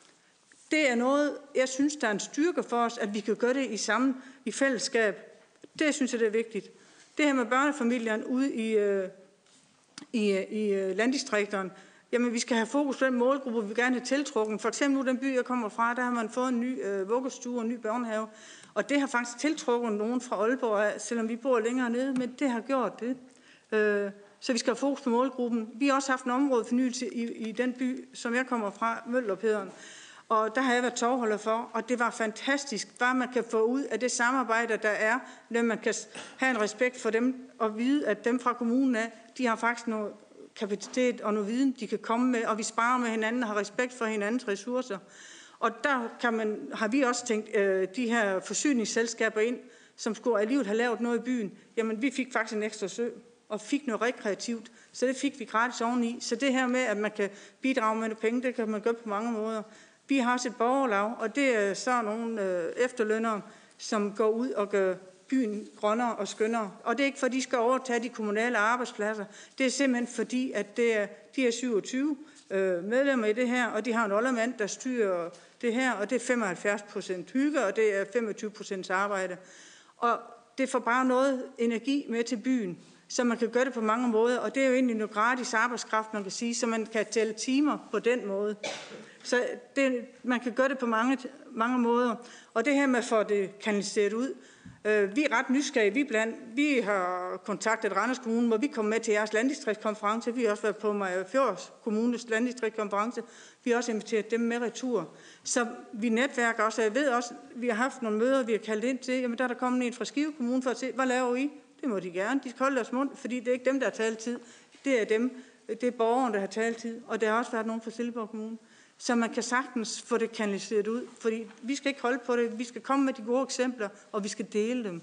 Det er noget, jeg synes, der er en styrke for os, at vi kan gøre det i sammen i fællesskab. Det synes jeg, det er vigtigt. Det her med børnefamilierne ude i... Øh, i, i landdistrikterne, jamen vi skal have fokus på den målgruppe, vi vil gerne have tiltrukken. For eksempel nu den by, jeg kommer fra, der har man fået en ny øh, vuggestue og en ny børnehave, og det har faktisk tiltrukket nogen fra Aalborg, selvom vi bor længere nede, men det har gjort det. Øh, så vi skal have fokus på målgruppen. Vi har også haft en områdefornyelse i, i den by, som jeg kommer fra, Møllerpederen. Og der har jeg været tovholder for, og det var fantastisk, hvad man kan få ud af det samarbejde, der er, når man kan have en respekt for dem, og vide, at dem fra kommunen af, de har faktisk noget kapacitet og noget viden, de kan komme med, og vi sparer med hinanden og har respekt for hinandens ressourcer. Og der kan man, har vi også tænkt øh, de her forsyningsselskaber ind, som skulle alligevel have lavet noget i byen. Jamen, vi fik faktisk en ekstra sø, og fik noget rekreativt, så det fik vi gratis oveni. Så det her med, at man kan bidrage med nogle penge, det kan man gøre på mange måder. Vi har også et borgerlag, og det er så nogle øh, efterlønnere, som går ud og gør byen grønnere og skønnere. Og det er ikke, fordi de skal overtage de kommunale arbejdspladser. Det er simpelthen fordi, at det er, de er syvogtyve øh, medlemmer i det her, og de har en oldermand, der styrer det her, og det er femoghalvfjerds procent hygge, og det er femogtyve procent arbejde. Og det får bare noget energi med til byen, så man kan gøre det på mange måder, og det er jo egentlig noget gratis arbejdskraft, man kan sige, så man kan tælle timer på den måde. Så det, man kan gøre det på mange, mange måder. Og det her med at få det kanaliseret ud, øh, vi er ret nysgerrige, vi blandt. Vi har kontaktet Randers Kommune, hvor vi kom med til jeres landdistriktskonference. Vi har også været på Mariagerfjords Kommunes landdistriktskonference. Vi har også inviteret dem med retur. Så vi netværker også. Jeg ved også, vi har haft nogle møder, vi har kaldt ind til. Jamen, der er der kommet en fra Skive Kommune for at se, hvad laver I? Det må de gerne. De skal holde deres mund, fordi det er ikke dem, der har taletid. Det er dem, det er borgeren, der har taletid. Og der har også været nogen fra Silkeborg Kommune. Så man kan sagtens få det kanaliseret ud, fordi vi skal ikke holde på det. Vi skal komme med de gode eksempler, og vi skal dele dem.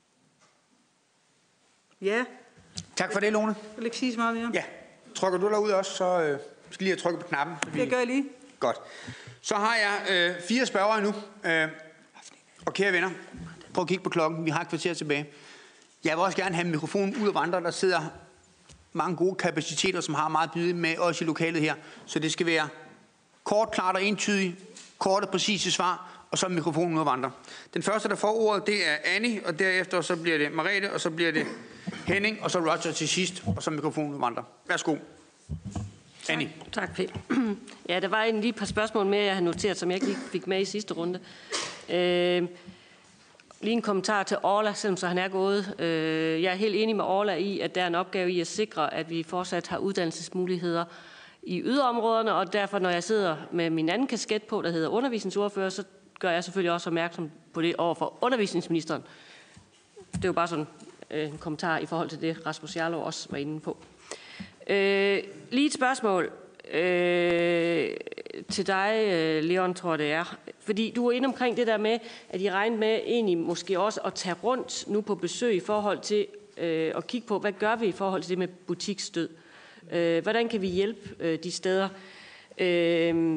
Ja. Tak for det, Lone. Jeg vil ikke sige så meget mere. Ja. Trykker du derude også, så øh, skal lige have trykket på knappen. Så vi... Det gør jeg lige. Godt. Så har jeg øh, fire spørgere nu. Øh, og kære venner, prøv at kigge på klokken. Vi har et kvarter tilbage. Jeg vil også gerne have mikrofonen ud af vandre. Der sidder mange gode kapaciteter, som har meget at byde med os i lokalet her. Så det skal være kort, klart og entydigt, korte, præcise svar, og så mikrofonen ud af vandre. Den første, der får ordet, det er Annie, og derefter så bliver det Merete, og så bliver det Henning, og så Roger til sidst, og så mikrofonen ud af vandre. Værsgo. Annie. Tak, tak Peter. Ja, der var en lige et par spørgsmål mere, jeg har noteret, som jeg ikke fik med i sidste runde. Øh, Lige en kommentar til Orla, selvom så han er gået. Jeg er helt enig med Orla i, at der er en opgave i at sikre, at vi fortsat har uddannelsesmuligheder i yderområderne, og derfor, når jeg sidder med min anden kasket på, der hedder undervisningsordfører, så gør jeg selvfølgelig også opmærksom på det over for undervisningsministeren. Det er jo bare sådan en kommentar i forhold til det, Rasmus Jarlov også var inde på. Øh, lige et spørgsmål øh, til dig, Leon, tror jeg det er. Fordi du er inde omkring det der med, at I regner med egentlig måske også at tage rundt nu på besøg i forhold til øh, at kigge på, hvad gør vi i forhold til det med butiksdød? Øh, hvordan kan vi hjælpe øh, de steder? Øh,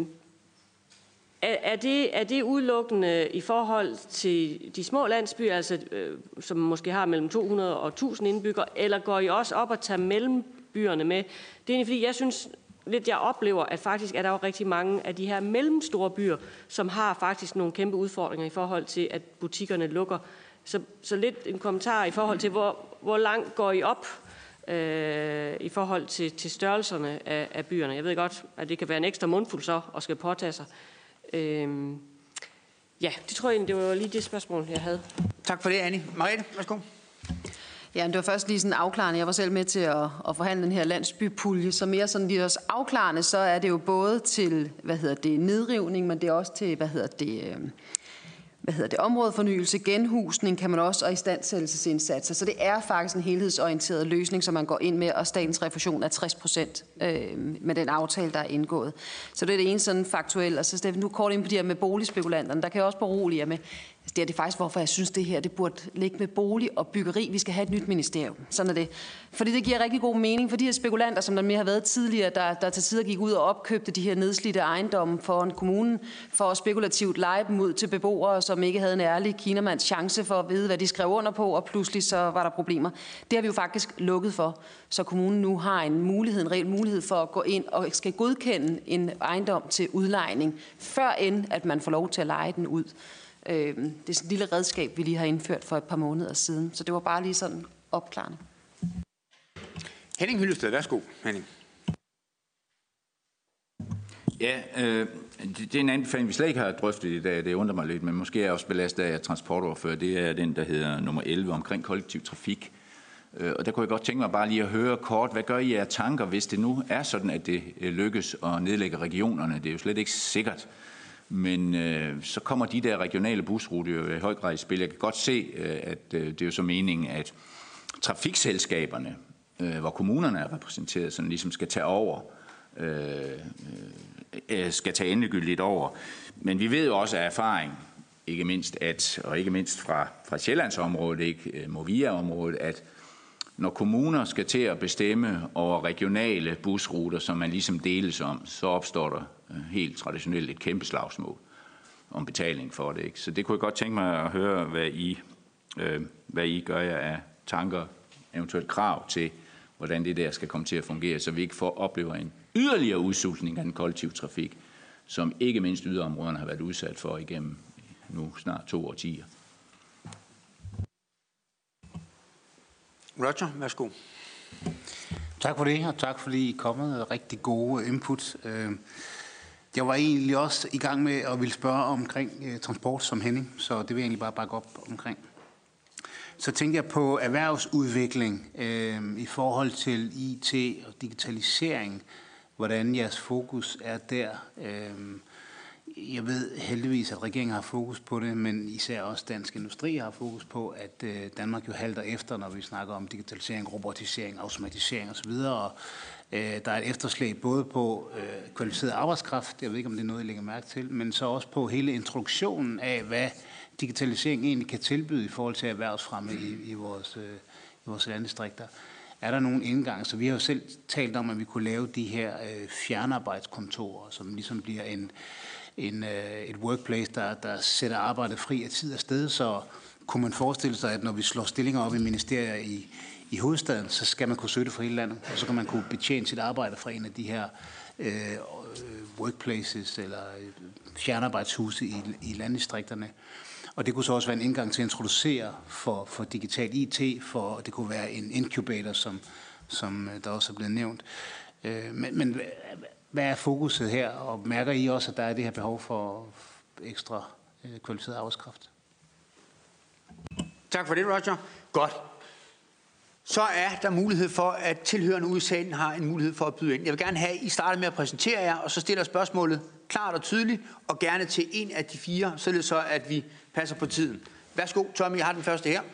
er, er, det, er det udelukkende i forhold til de små landsbyer, altså, øh, som måske har mellem to hundrede og tusind indbyggere, eller går I også op og tager mellembyerne med? Det er egentlig fordi, jeg synes lidt, jeg oplever, at faktisk er der jo rigtig mange af de her mellemstore byer, som har faktisk nogle kæmpe udfordringer i forhold til, at butikkerne lukker. Så, så lidt en kommentar i forhold til, hvor, hvor langt går I op øh, i forhold til, til størrelserne af, af byerne. Jeg ved godt, at det kan være en ekstra mundfuld så, og skal påtage sig. Øh, ja, det tror jeg egentlig, det var lige det spørgsmål, jeg havde. Tak for det, Annie. Merete, værsgo. Ja, det var først lige sådan afklarende. Jeg var selv med til at, at forhandle den her landsbypulje, så mere sådan lige også afklarende, så er det jo både til, hvad hedder det, nedrivning, men det er også til, hvad hedder det, øh, hvad hedder det, områdefornyelse, genhusning kan man også, og istandsættelsesindsatser. Så det er faktisk en helhedsorienteret løsning, som man går ind med, og statens refusion er tres procent øh, med den aftale, der er indgået. Så det er det ene sådan faktuelt. Og så Steffen, nu kort ind på de her med boligspekulanterne. Der kan jeg også berolige jer med, det er det faktisk, hvorfor jeg synes, det her det burde ligge med bolig og byggeri. Vi skal have et nyt ministerium. Sådan er det. Fordi det giver rigtig god mening for de her spekulanter, som der mere har været tidligere, der, der til tider gik ud og opkøbte de her nedslidte ejendomme foran kommunen, for at spekulativt leje dem ud til beboere, som ikke havde en ærlig kinamands chance for at vide, hvad de skrev under på, og pludselig så var der problemer. Det har vi jo faktisk lukket for, så kommunen nu har en mulighed, en reel mulighed for at gå ind og skal godkende en ejendom til udlejning, før end at man får lov til at leje den ud. Det er sådan et lille redskab, vi lige har indført for et par måneder siden. Så det var bare lige sådan opklarende. Henning Hyllested, værsgo. Henning. Ja, øh, det, det er en anbefaling, vi slet ikke har drøftet i dag. Det undrer mig lidt, men måske er jeg også belastet af transportoverfører. Det er den, der hedder nummer elleve omkring kollektiv trafik. Øh, og der kunne jeg godt tænke mig bare lige at høre kort, hvad gør I af tanker, hvis det nu er sådan, at det lykkes at nedlægge regionerne? Det er jo slet ikke sikkert. Men øh, så kommer de der regionale busruter jo i høj grad i spil. Jeg kan godt se, øh, at øh, det er jo så meningen, at trafikselskaberne, øh, hvor kommunerne er repræsenteret, sådan ligesom skal tage over, øh, øh, skal tage endegyldigt over. Men vi ved jo også af erfaring, ikke mindst at, og ikke mindst fra, fra Sjællandsområdet, ikke Movia-området, at når kommuner skal til at bestemme over regionale busruter, som man ligesom deles om, så opstår der helt traditionelt et kæmpe slagsmål om betaling for det. Ikke? Så det kunne jeg godt tænke mig at høre, hvad I, øh, hvad I gør jer af tanker, eventuelt krav til, hvordan det der skal komme til at fungere, så vi ikke får oplever en yderligere udsultning af den kollektive trafik, som ikke mindst yderområderne har været udsat for igennem nu snart to årtier. Roger, værsgo. Tak for det, og tak fordi I er kommet. Rigtig gode input. Jeg var egentlig også i gang med at ville spørge omkring transport som Henning, så det vil jeg egentlig bare bakke op omkring. Så tænker jeg på erhvervsudvikling øh, i forhold til I T og digitalisering, hvordan jeres fokus er der. Øh, Jeg ved heldigvis, at regeringen har fokus på det, men især også Dansk Industri har fokus på, at Danmark jo halter efter, når vi snakker om digitalisering, robotisering, automatisering osv. Og øh, der er et efterslæb både på øh, kvalificeret arbejdskraft, jeg ved ikke, om det er noget, I lægger mærke til, men så også på hele introduktionen af, hvad digitalisering egentlig kan tilbyde i forhold til erhvervsfremme i, i, vores, øh, i vores landdistrikter. Er der nogen indgang? Så vi har jo selv talt om, at vi kunne lave de her øh, fjernarbejdskontorer, som ligesom bliver en En, et workplace, der, der sætter arbejdet fri af tid og sted, så kunne man forestille sig, at når vi slår stillinger op i ministerier i, i hovedstaden, så skal man kunne søge det fra hele landet, og så kan man kunne betjene sit arbejde fra en af de her øh, workplaces eller fjernarbejdshuse i, i landdistrikterne. Og det kunne så også være en indgang til at introducere for, for digital I T, for det kunne være en incubator, som, som der også er blevet nævnt. Øh, men, men hvad er fokuset her, og mærker I også, at der er det her behov for ekstra øh, kvalificeret arbejdskraft? Tak for det, Roger. Godt. Så er der mulighed for, at tilhørende ude i salen har en mulighed for at byde ind. Jeg vil gerne have, at I starter med at præsentere jer, og så stiller spørgsmålet klart og tydeligt, og gerne til en af de fire, således så, at vi passer på tiden. Værsgo, Tommy, jeg har den første her.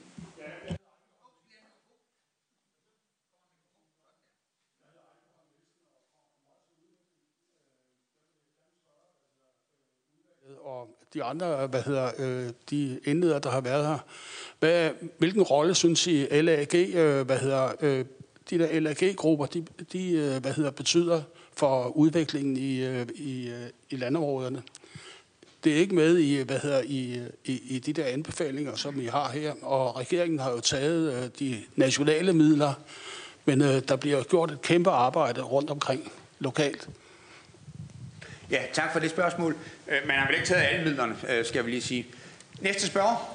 Og de andre, hvad hedder, øh, de indledere, der har været her. Hvad, hvilken rolle synes I L A G, øh, hvad hedder, øh, de der L A G-grupper, de, de øh, hvad hedder, betyder for udviklingen i, øh, i, øh, i landområderne? Det er ikke med i, hvad hedder, i, i, i de der anbefalinger, som I har her, og regeringen har jo taget øh, de nationale midler, men øh, der bliver gjort et kæmpe arbejde rundt omkring lokalt. Ja, tak for det spørgsmål. Man har vel ikke taget alle midlerne, skal vi lige sige. Næste spørger.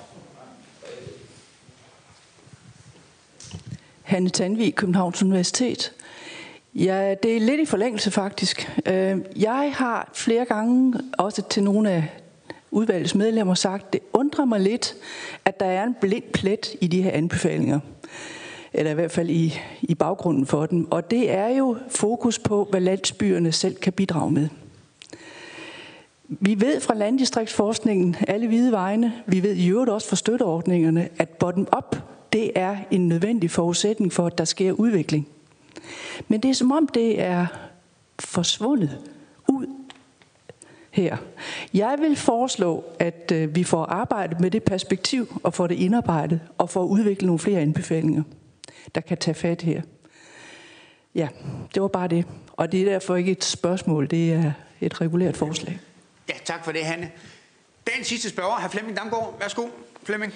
Hanne Tandvig, Københavns Universitet. Ja, det er lidt i forlængelse faktisk. Jeg har flere gange, også til nogle af udvalgets medlemmer, sagt, det undrer mig lidt, at der er en blind plet i de her anbefalinger. Eller i hvert fald i, i baggrunden for dem. Og det er jo fokus på, hvad landsbyerne selv kan bidrage med. Vi ved fra landdistriktsforskningen, alle hvide vegne, vi ved i øvrigt også fra støtteordningerne, at bottom-up, det er en nødvendig forudsætning for, at der sker udvikling. Men det er som om, det er forsvundet ud her. Jeg vil foreslå, at vi får arbejdet med det perspektiv og får det indarbejdet og får udviklet nogle flere anbefalinger, der kan tage fat her. Ja, det var bare det. Og det er derfor ikke et spørgsmål, det er et regulært forslag. Ja, tak for det, Hanne. Den sidste spørger, hr. Flemming Damgaard. Værsgo, Flemming.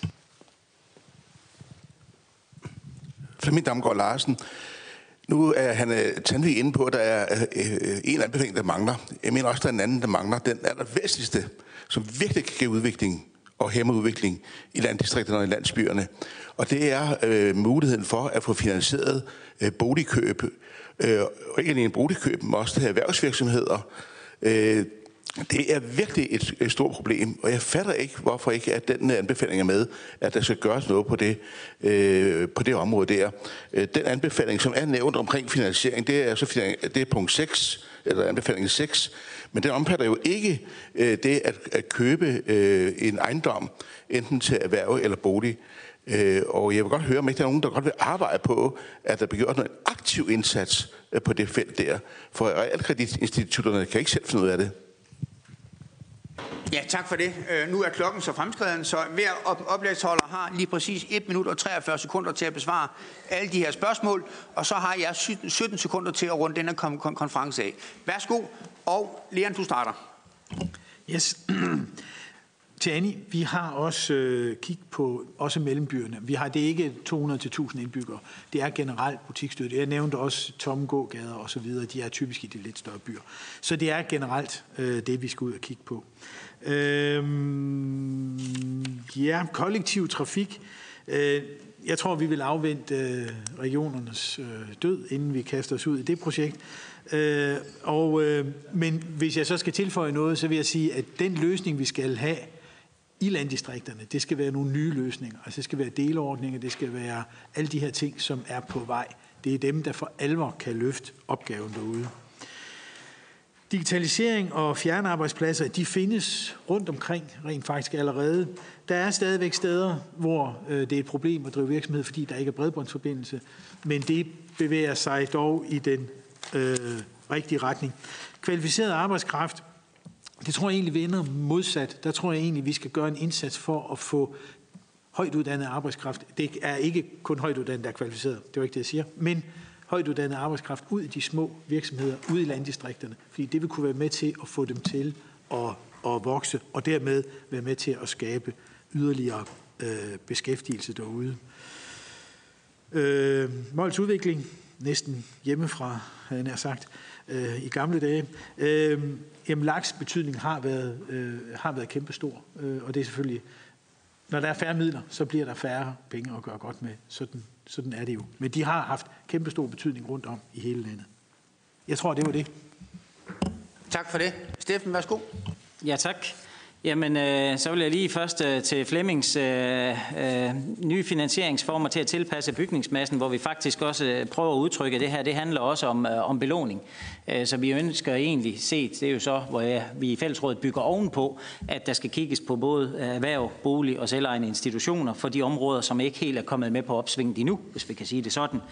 Flemming Damgaard Larsen. Nu er han Tandvig inde på, at der er en anbefaling, der mangler. Jeg mener også, at der er en anden, der mangler. Den allervæsentligste, som virkelig kan give udvikling og hæmme udvikling i landdistrikterne og i landsbyerne. Og det er øh, muligheden for at få finansieret øh, boligkøb. Øh, og ikke alene boligkøb, men også erhvervsvirksomheder. Øh, Det er virkelig et, et stort problem, og jeg fatter ikke, hvorfor ikke, at den anbefaling er med, at der skal gøres noget på det, øh, på det område der. Den anbefaling, som er nævnt omkring finansiering, det er, så, det er punkt seks, eller anbefaling seks, men den omfatter jo ikke øh, det at, at købe øh, en ejendom, enten til erhverv eller bolig. Øh, og jeg vil godt høre, om ikke der er nogen, der godt vil arbejde på, at der bliver gjort en aktiv indsats øh, på det felt der. For realkreditinstitutterne kan ikke selv finde ud af det. Ja, tak for det. Nu er klokken så fremskreden, så hver oplægsholder har lige præcis et minut og treogfyrre sekunder til at besvare alle de her spørgsmål, og så har jeg sytten sekunder til at runde den her konference af. Værsgo, og Leon, du starter. Yes. Til Annie, vi har også øh, kigget på også mellembyerne. Vi har det ikke to hundrede til tusind indbyggere. Det er generelt butiksstøtte. Jeg nævnte også tomme gågader og så videre. De er typisk i de lidt større byer. Så det er generelt øh, det, vi skal ud og kigge på. Øhm, ja, kollektiv trafik. Øh, jeg tror, vi vil afvente øh, regionernes øh, død, inden vi kaster os ud i det projekt. Øh, og, øh, men hvis jeg så skal tilføje noget, så vil jeg sige, at den løsning, vi skal have i landdistrikterne, det skal være nogle nye løsninger. Altså det skal være delordninger, det skal være alle de her ting, som er på vej. Det er dem, der for alvor kan løfte opgaven derude. Digitalisering og fjernarbejdspladser, de findes rundt omkring rent faktisk allerede. Der er stadigvæk steder, hvor øh, det er et problem at drive virksomhed, fordi der ikke er bredbåndsforbindelse, men det bevæger sig dog i den øh, rigtige retning. Kvalificeret arbejdskraft, det tror jeg egentlig vi ender modsat. Der tror jeg egentlig, vi skal gøre en indsats for at få højt uddannet arbejdskraft. Det er ikke kun højt uddannet, der er kvalificeret, det var ikke det, jeg siger, men højt uddannet arbejdskraft ud i de små virksomheder, ud i landdistrikterne, fordi det vil kunne være med til at få dem til at, at vokse, og dermed være med til at skabe yderligere øh, beskæftigelse derude. Øh, Mols udvikling, næsten hjemmefra, havde jeg sagt, øh, i gamle dage. Øh, jamen, laks betydning har været, øh, har været kæmpestor, øh, og det er selvfølgelig, når der er færre midler, så bliver der færre penge at gøre godt med. Sådan, sådan er det jo. Men de har haft kæmpestor betydning rundt om i hele landet. Jeg tror, det var det. Tak for det. Steffen, værsgo. Ja, tak. Jamen, øh, så vil jeg lige først øh, til Flemmings øh, øh, nye finansieringsformer til at tilpasse bygningsmassen, hvor vi faktisk også øh, prøver at udtrykke det her. Det handler også om, øh, om belåning. Øh, så vi ønsker egentlig set, det er jo så, hvor jeg, vi i fællesrådet bygger ovenpå, at der skal kigges på både erhverv, bolig og selvejende institutioner for de områder, som ikke helt er kommet med på opsvinget endnu, hvis vi kan sige det sådan.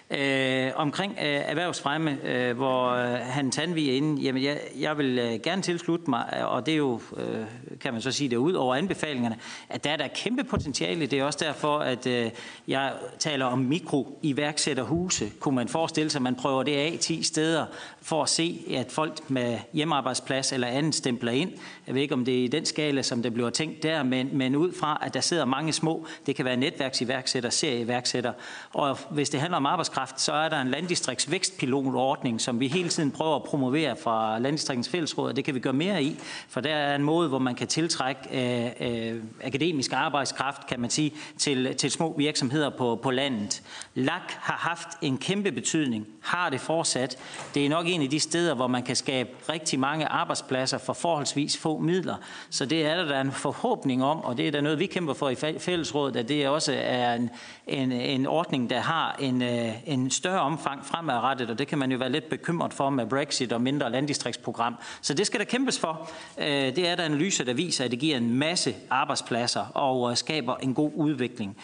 Øh, omkring øh, erhvervsfremme, øh, hvor øh, han Tandvig er inde, jamen jeg, jeg vil øh, gerne tilslutte mig, og det er jo, øh, kan man så sige det ud over anbefalingerne, at der er der kæmpe potentiale. Det er også derfor, at øh, jeg taler om mikro-iværksætterhuse. Kunne man forestille sig, at man prøver det af ti steder for at se, at folk med hjemmearbejdsplads eller andet stempler ind. Jeg ved ikke, om det er i den skala, som det bliver tænkt der, men, men ud fra, at der sidder mange små, det kan være netværksiværksætter, serieiværksætter, og hvis det handler om arbejdskraft, så er der en landdistriktsvækstpilotordning, som vi hele tiden prøver at promovere fra Landdistriktens Fællesråd, og det kan vi gøre mere i, for der er en måde, hvor man kan tiltrække øh, øh, akademisk arbejdskraft, kan man sige, til, til små virksomheder på, på landet. L A K har haft en kæmpe betydning, har det fortsat. Det er nok en af de steder, hvor man kan skabe rigtig mange arbejdspladser for forholdsvis få midler, så det er der en forhåbning om, og det er der noget, vi kæmper for i Fællesrådet, at det også er en, en, en ordning, der har en en større omfang fremadrettet, og det kan man jo være lidt bekymret for med Brexit og mindre landdistriktsprogram. Så det skal der kæmpes for. Det er der analyser, der viser, at det giver en masse arbejdspladser og skaber en god udvikling.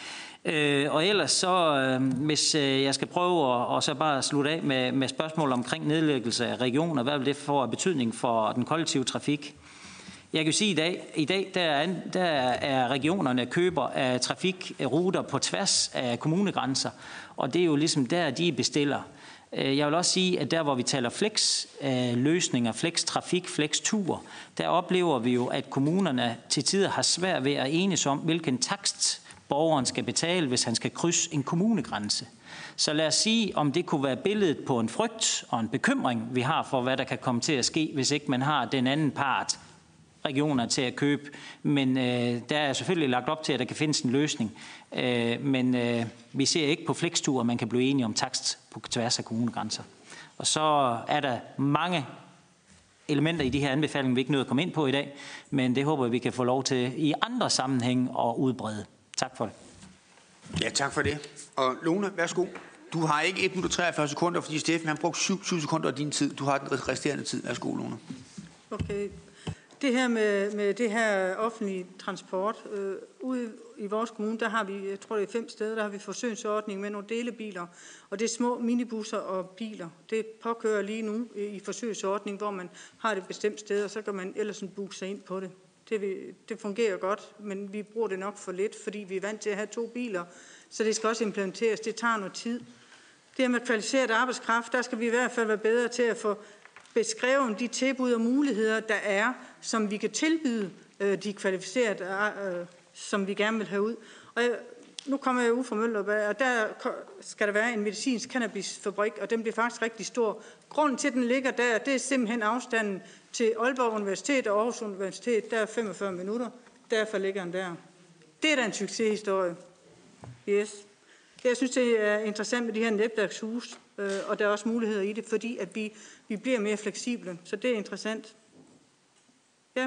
Og ellers så, hvis jeg skal prøve at og så bare slutte af med, med spørgsmål omkring nedlæggelse af regioner, hvad vil det få af betydning for den kollektive trafik? Jeg kan sige, at i dag, i dag der, er, der er regionerne køber af trafikruter på tværs af kommunegrænser, og det er jo ligesom der, de bestiller. Jeg vil også sige, at der, hvor vi taler flex-løsninger, flex-trafik, flex-tur, der oplever vi jo, at kommunerne til tider har svært ved at enes om, hvilken takst borgeren skal betale, hvis han skal krydse en kommunegrænse. Så lad os sige, om det kunne være billedet på en frygt og en bekymring, vi har for, hvad der kan komme til at ske, hvis ikke man har den anden part, regioner til at købe, men øh, der er selvfølgelig lagt op til, at der kan findes en løsning. Øh, men øh, vi ser ikke på flextur, at man kan blive enige om takst på tværs af kommunegrænser. Og så er der mange elementer i de her anbefalinger, vi ikke nåede at komme ind på i dag, men det håber vi kan få lov til i andre sammenhænge at udbrede. Tak for det. Ja, tak for det. Og Lone, værsgo. du har ikke et minut og treogfyrre sekunder, fordi Steffen han brugte syv sekunder af din tid. Du har den resterende tid af skolen. Okay. Det her med, med det her offentlige transport, øh, ude i vores kommune, der har vi, jeg tror det er fem steder, der har vi forsøgsordning med nogle delebiler, og det er små minibusser og biler. Det påkører lige nu i forsøgsordning, hvor man har det bestemt sted, og så kan man ellers booke sig ind på det. Det, det fungerer godt, men vi bruger det nok for lidt, fordi vi er vant til at have to biler, så det skal også implementeres. Det tager noget tid. Det her med kvalificeret arbejdskraft, der skal vi i hvert fald være bedre til at få beskrevet de tilbud og muligheder, der er, som vi kan tilbyde øh, de kvalificerede, øh, som vi gerne vil have ud. Og jeg, nu kommer jeg ud fra Møllerup, og der skal der være en medicinsk cannabisfabrik, og den bliver faktisk rigtig stor. Grunden til, at den ligger der, det er simpelthen afstanden til Aalborg Universitet og Aarhus Universitet. Der er femogfyrre minutter. Derfor ligger den der. Det er da en succeshistorie. Yes. Jeg synes, det er interessant med de her netværkshus, øh, og der er også muligheder i det, fordi at vi, vi bliver mere fleksible. Så det er interessant. Ja.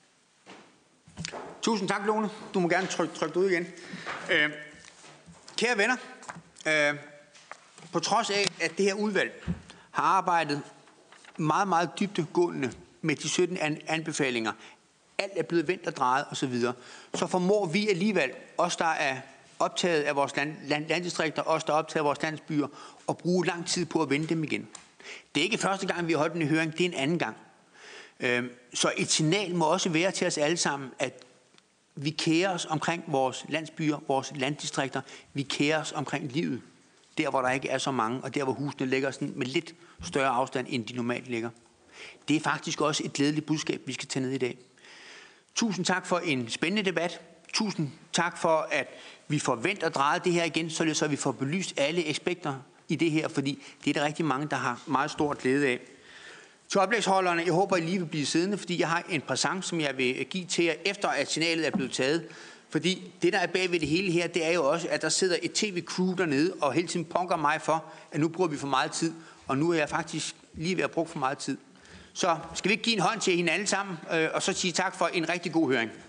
Tusind tak, Lone. Du må gerne trykke, trykke det ud igen. Øh, kære venner, øh, på trods af, at det her udvalg har arbejdet meget, meget dybdegående med de sytten an- anbefalinger, alt er blevet vendt og drejet osv., så formår vi alligevel, os der er optaget af vores land, land, landdistrikter, os der er optaget af vores landsbyer, at bruge lang tid på at vende dem igen. Det er ikke første gang, vi har holdt en høring, det er en anden gang. Øh, så et signal må også være til os alle sammen, at vi kærer os omkring vores landsbyer, vores landdistrikter. Vi kærer os omkring livet. Der, hvor der ikke er så mange, og der, hvor husene ligger sådan med lidt større afstand, end de normalt ligger. Det er faktisk også et glædeligt budskab, vi skal tage ned i dag. Tusind tak for en spændende debat. Tusind tak for, at vi får vendt og drejet det her igen, så vi får belyst alle aspekter i det her, fordi det er der rigtig mange, der har meget stor glæde af. Til oplægsholderne, jeg håber, I lige vil blive siddende, fordi jeg har en præsent, som jeg vil give til jer, efter at signalet er blevet taget. Fordi det, der er bag ved det hele her, det er jo også, at der sidder et tv-crew dernede, og hele tiden punker mig for, at nu bruger vi for meget tid, og nu er jeg faktisk lige ved at bruge for meget tid. Så skal vi ikke give en hånd til hende alle sammen, og så sige tak for en rigtig god høring.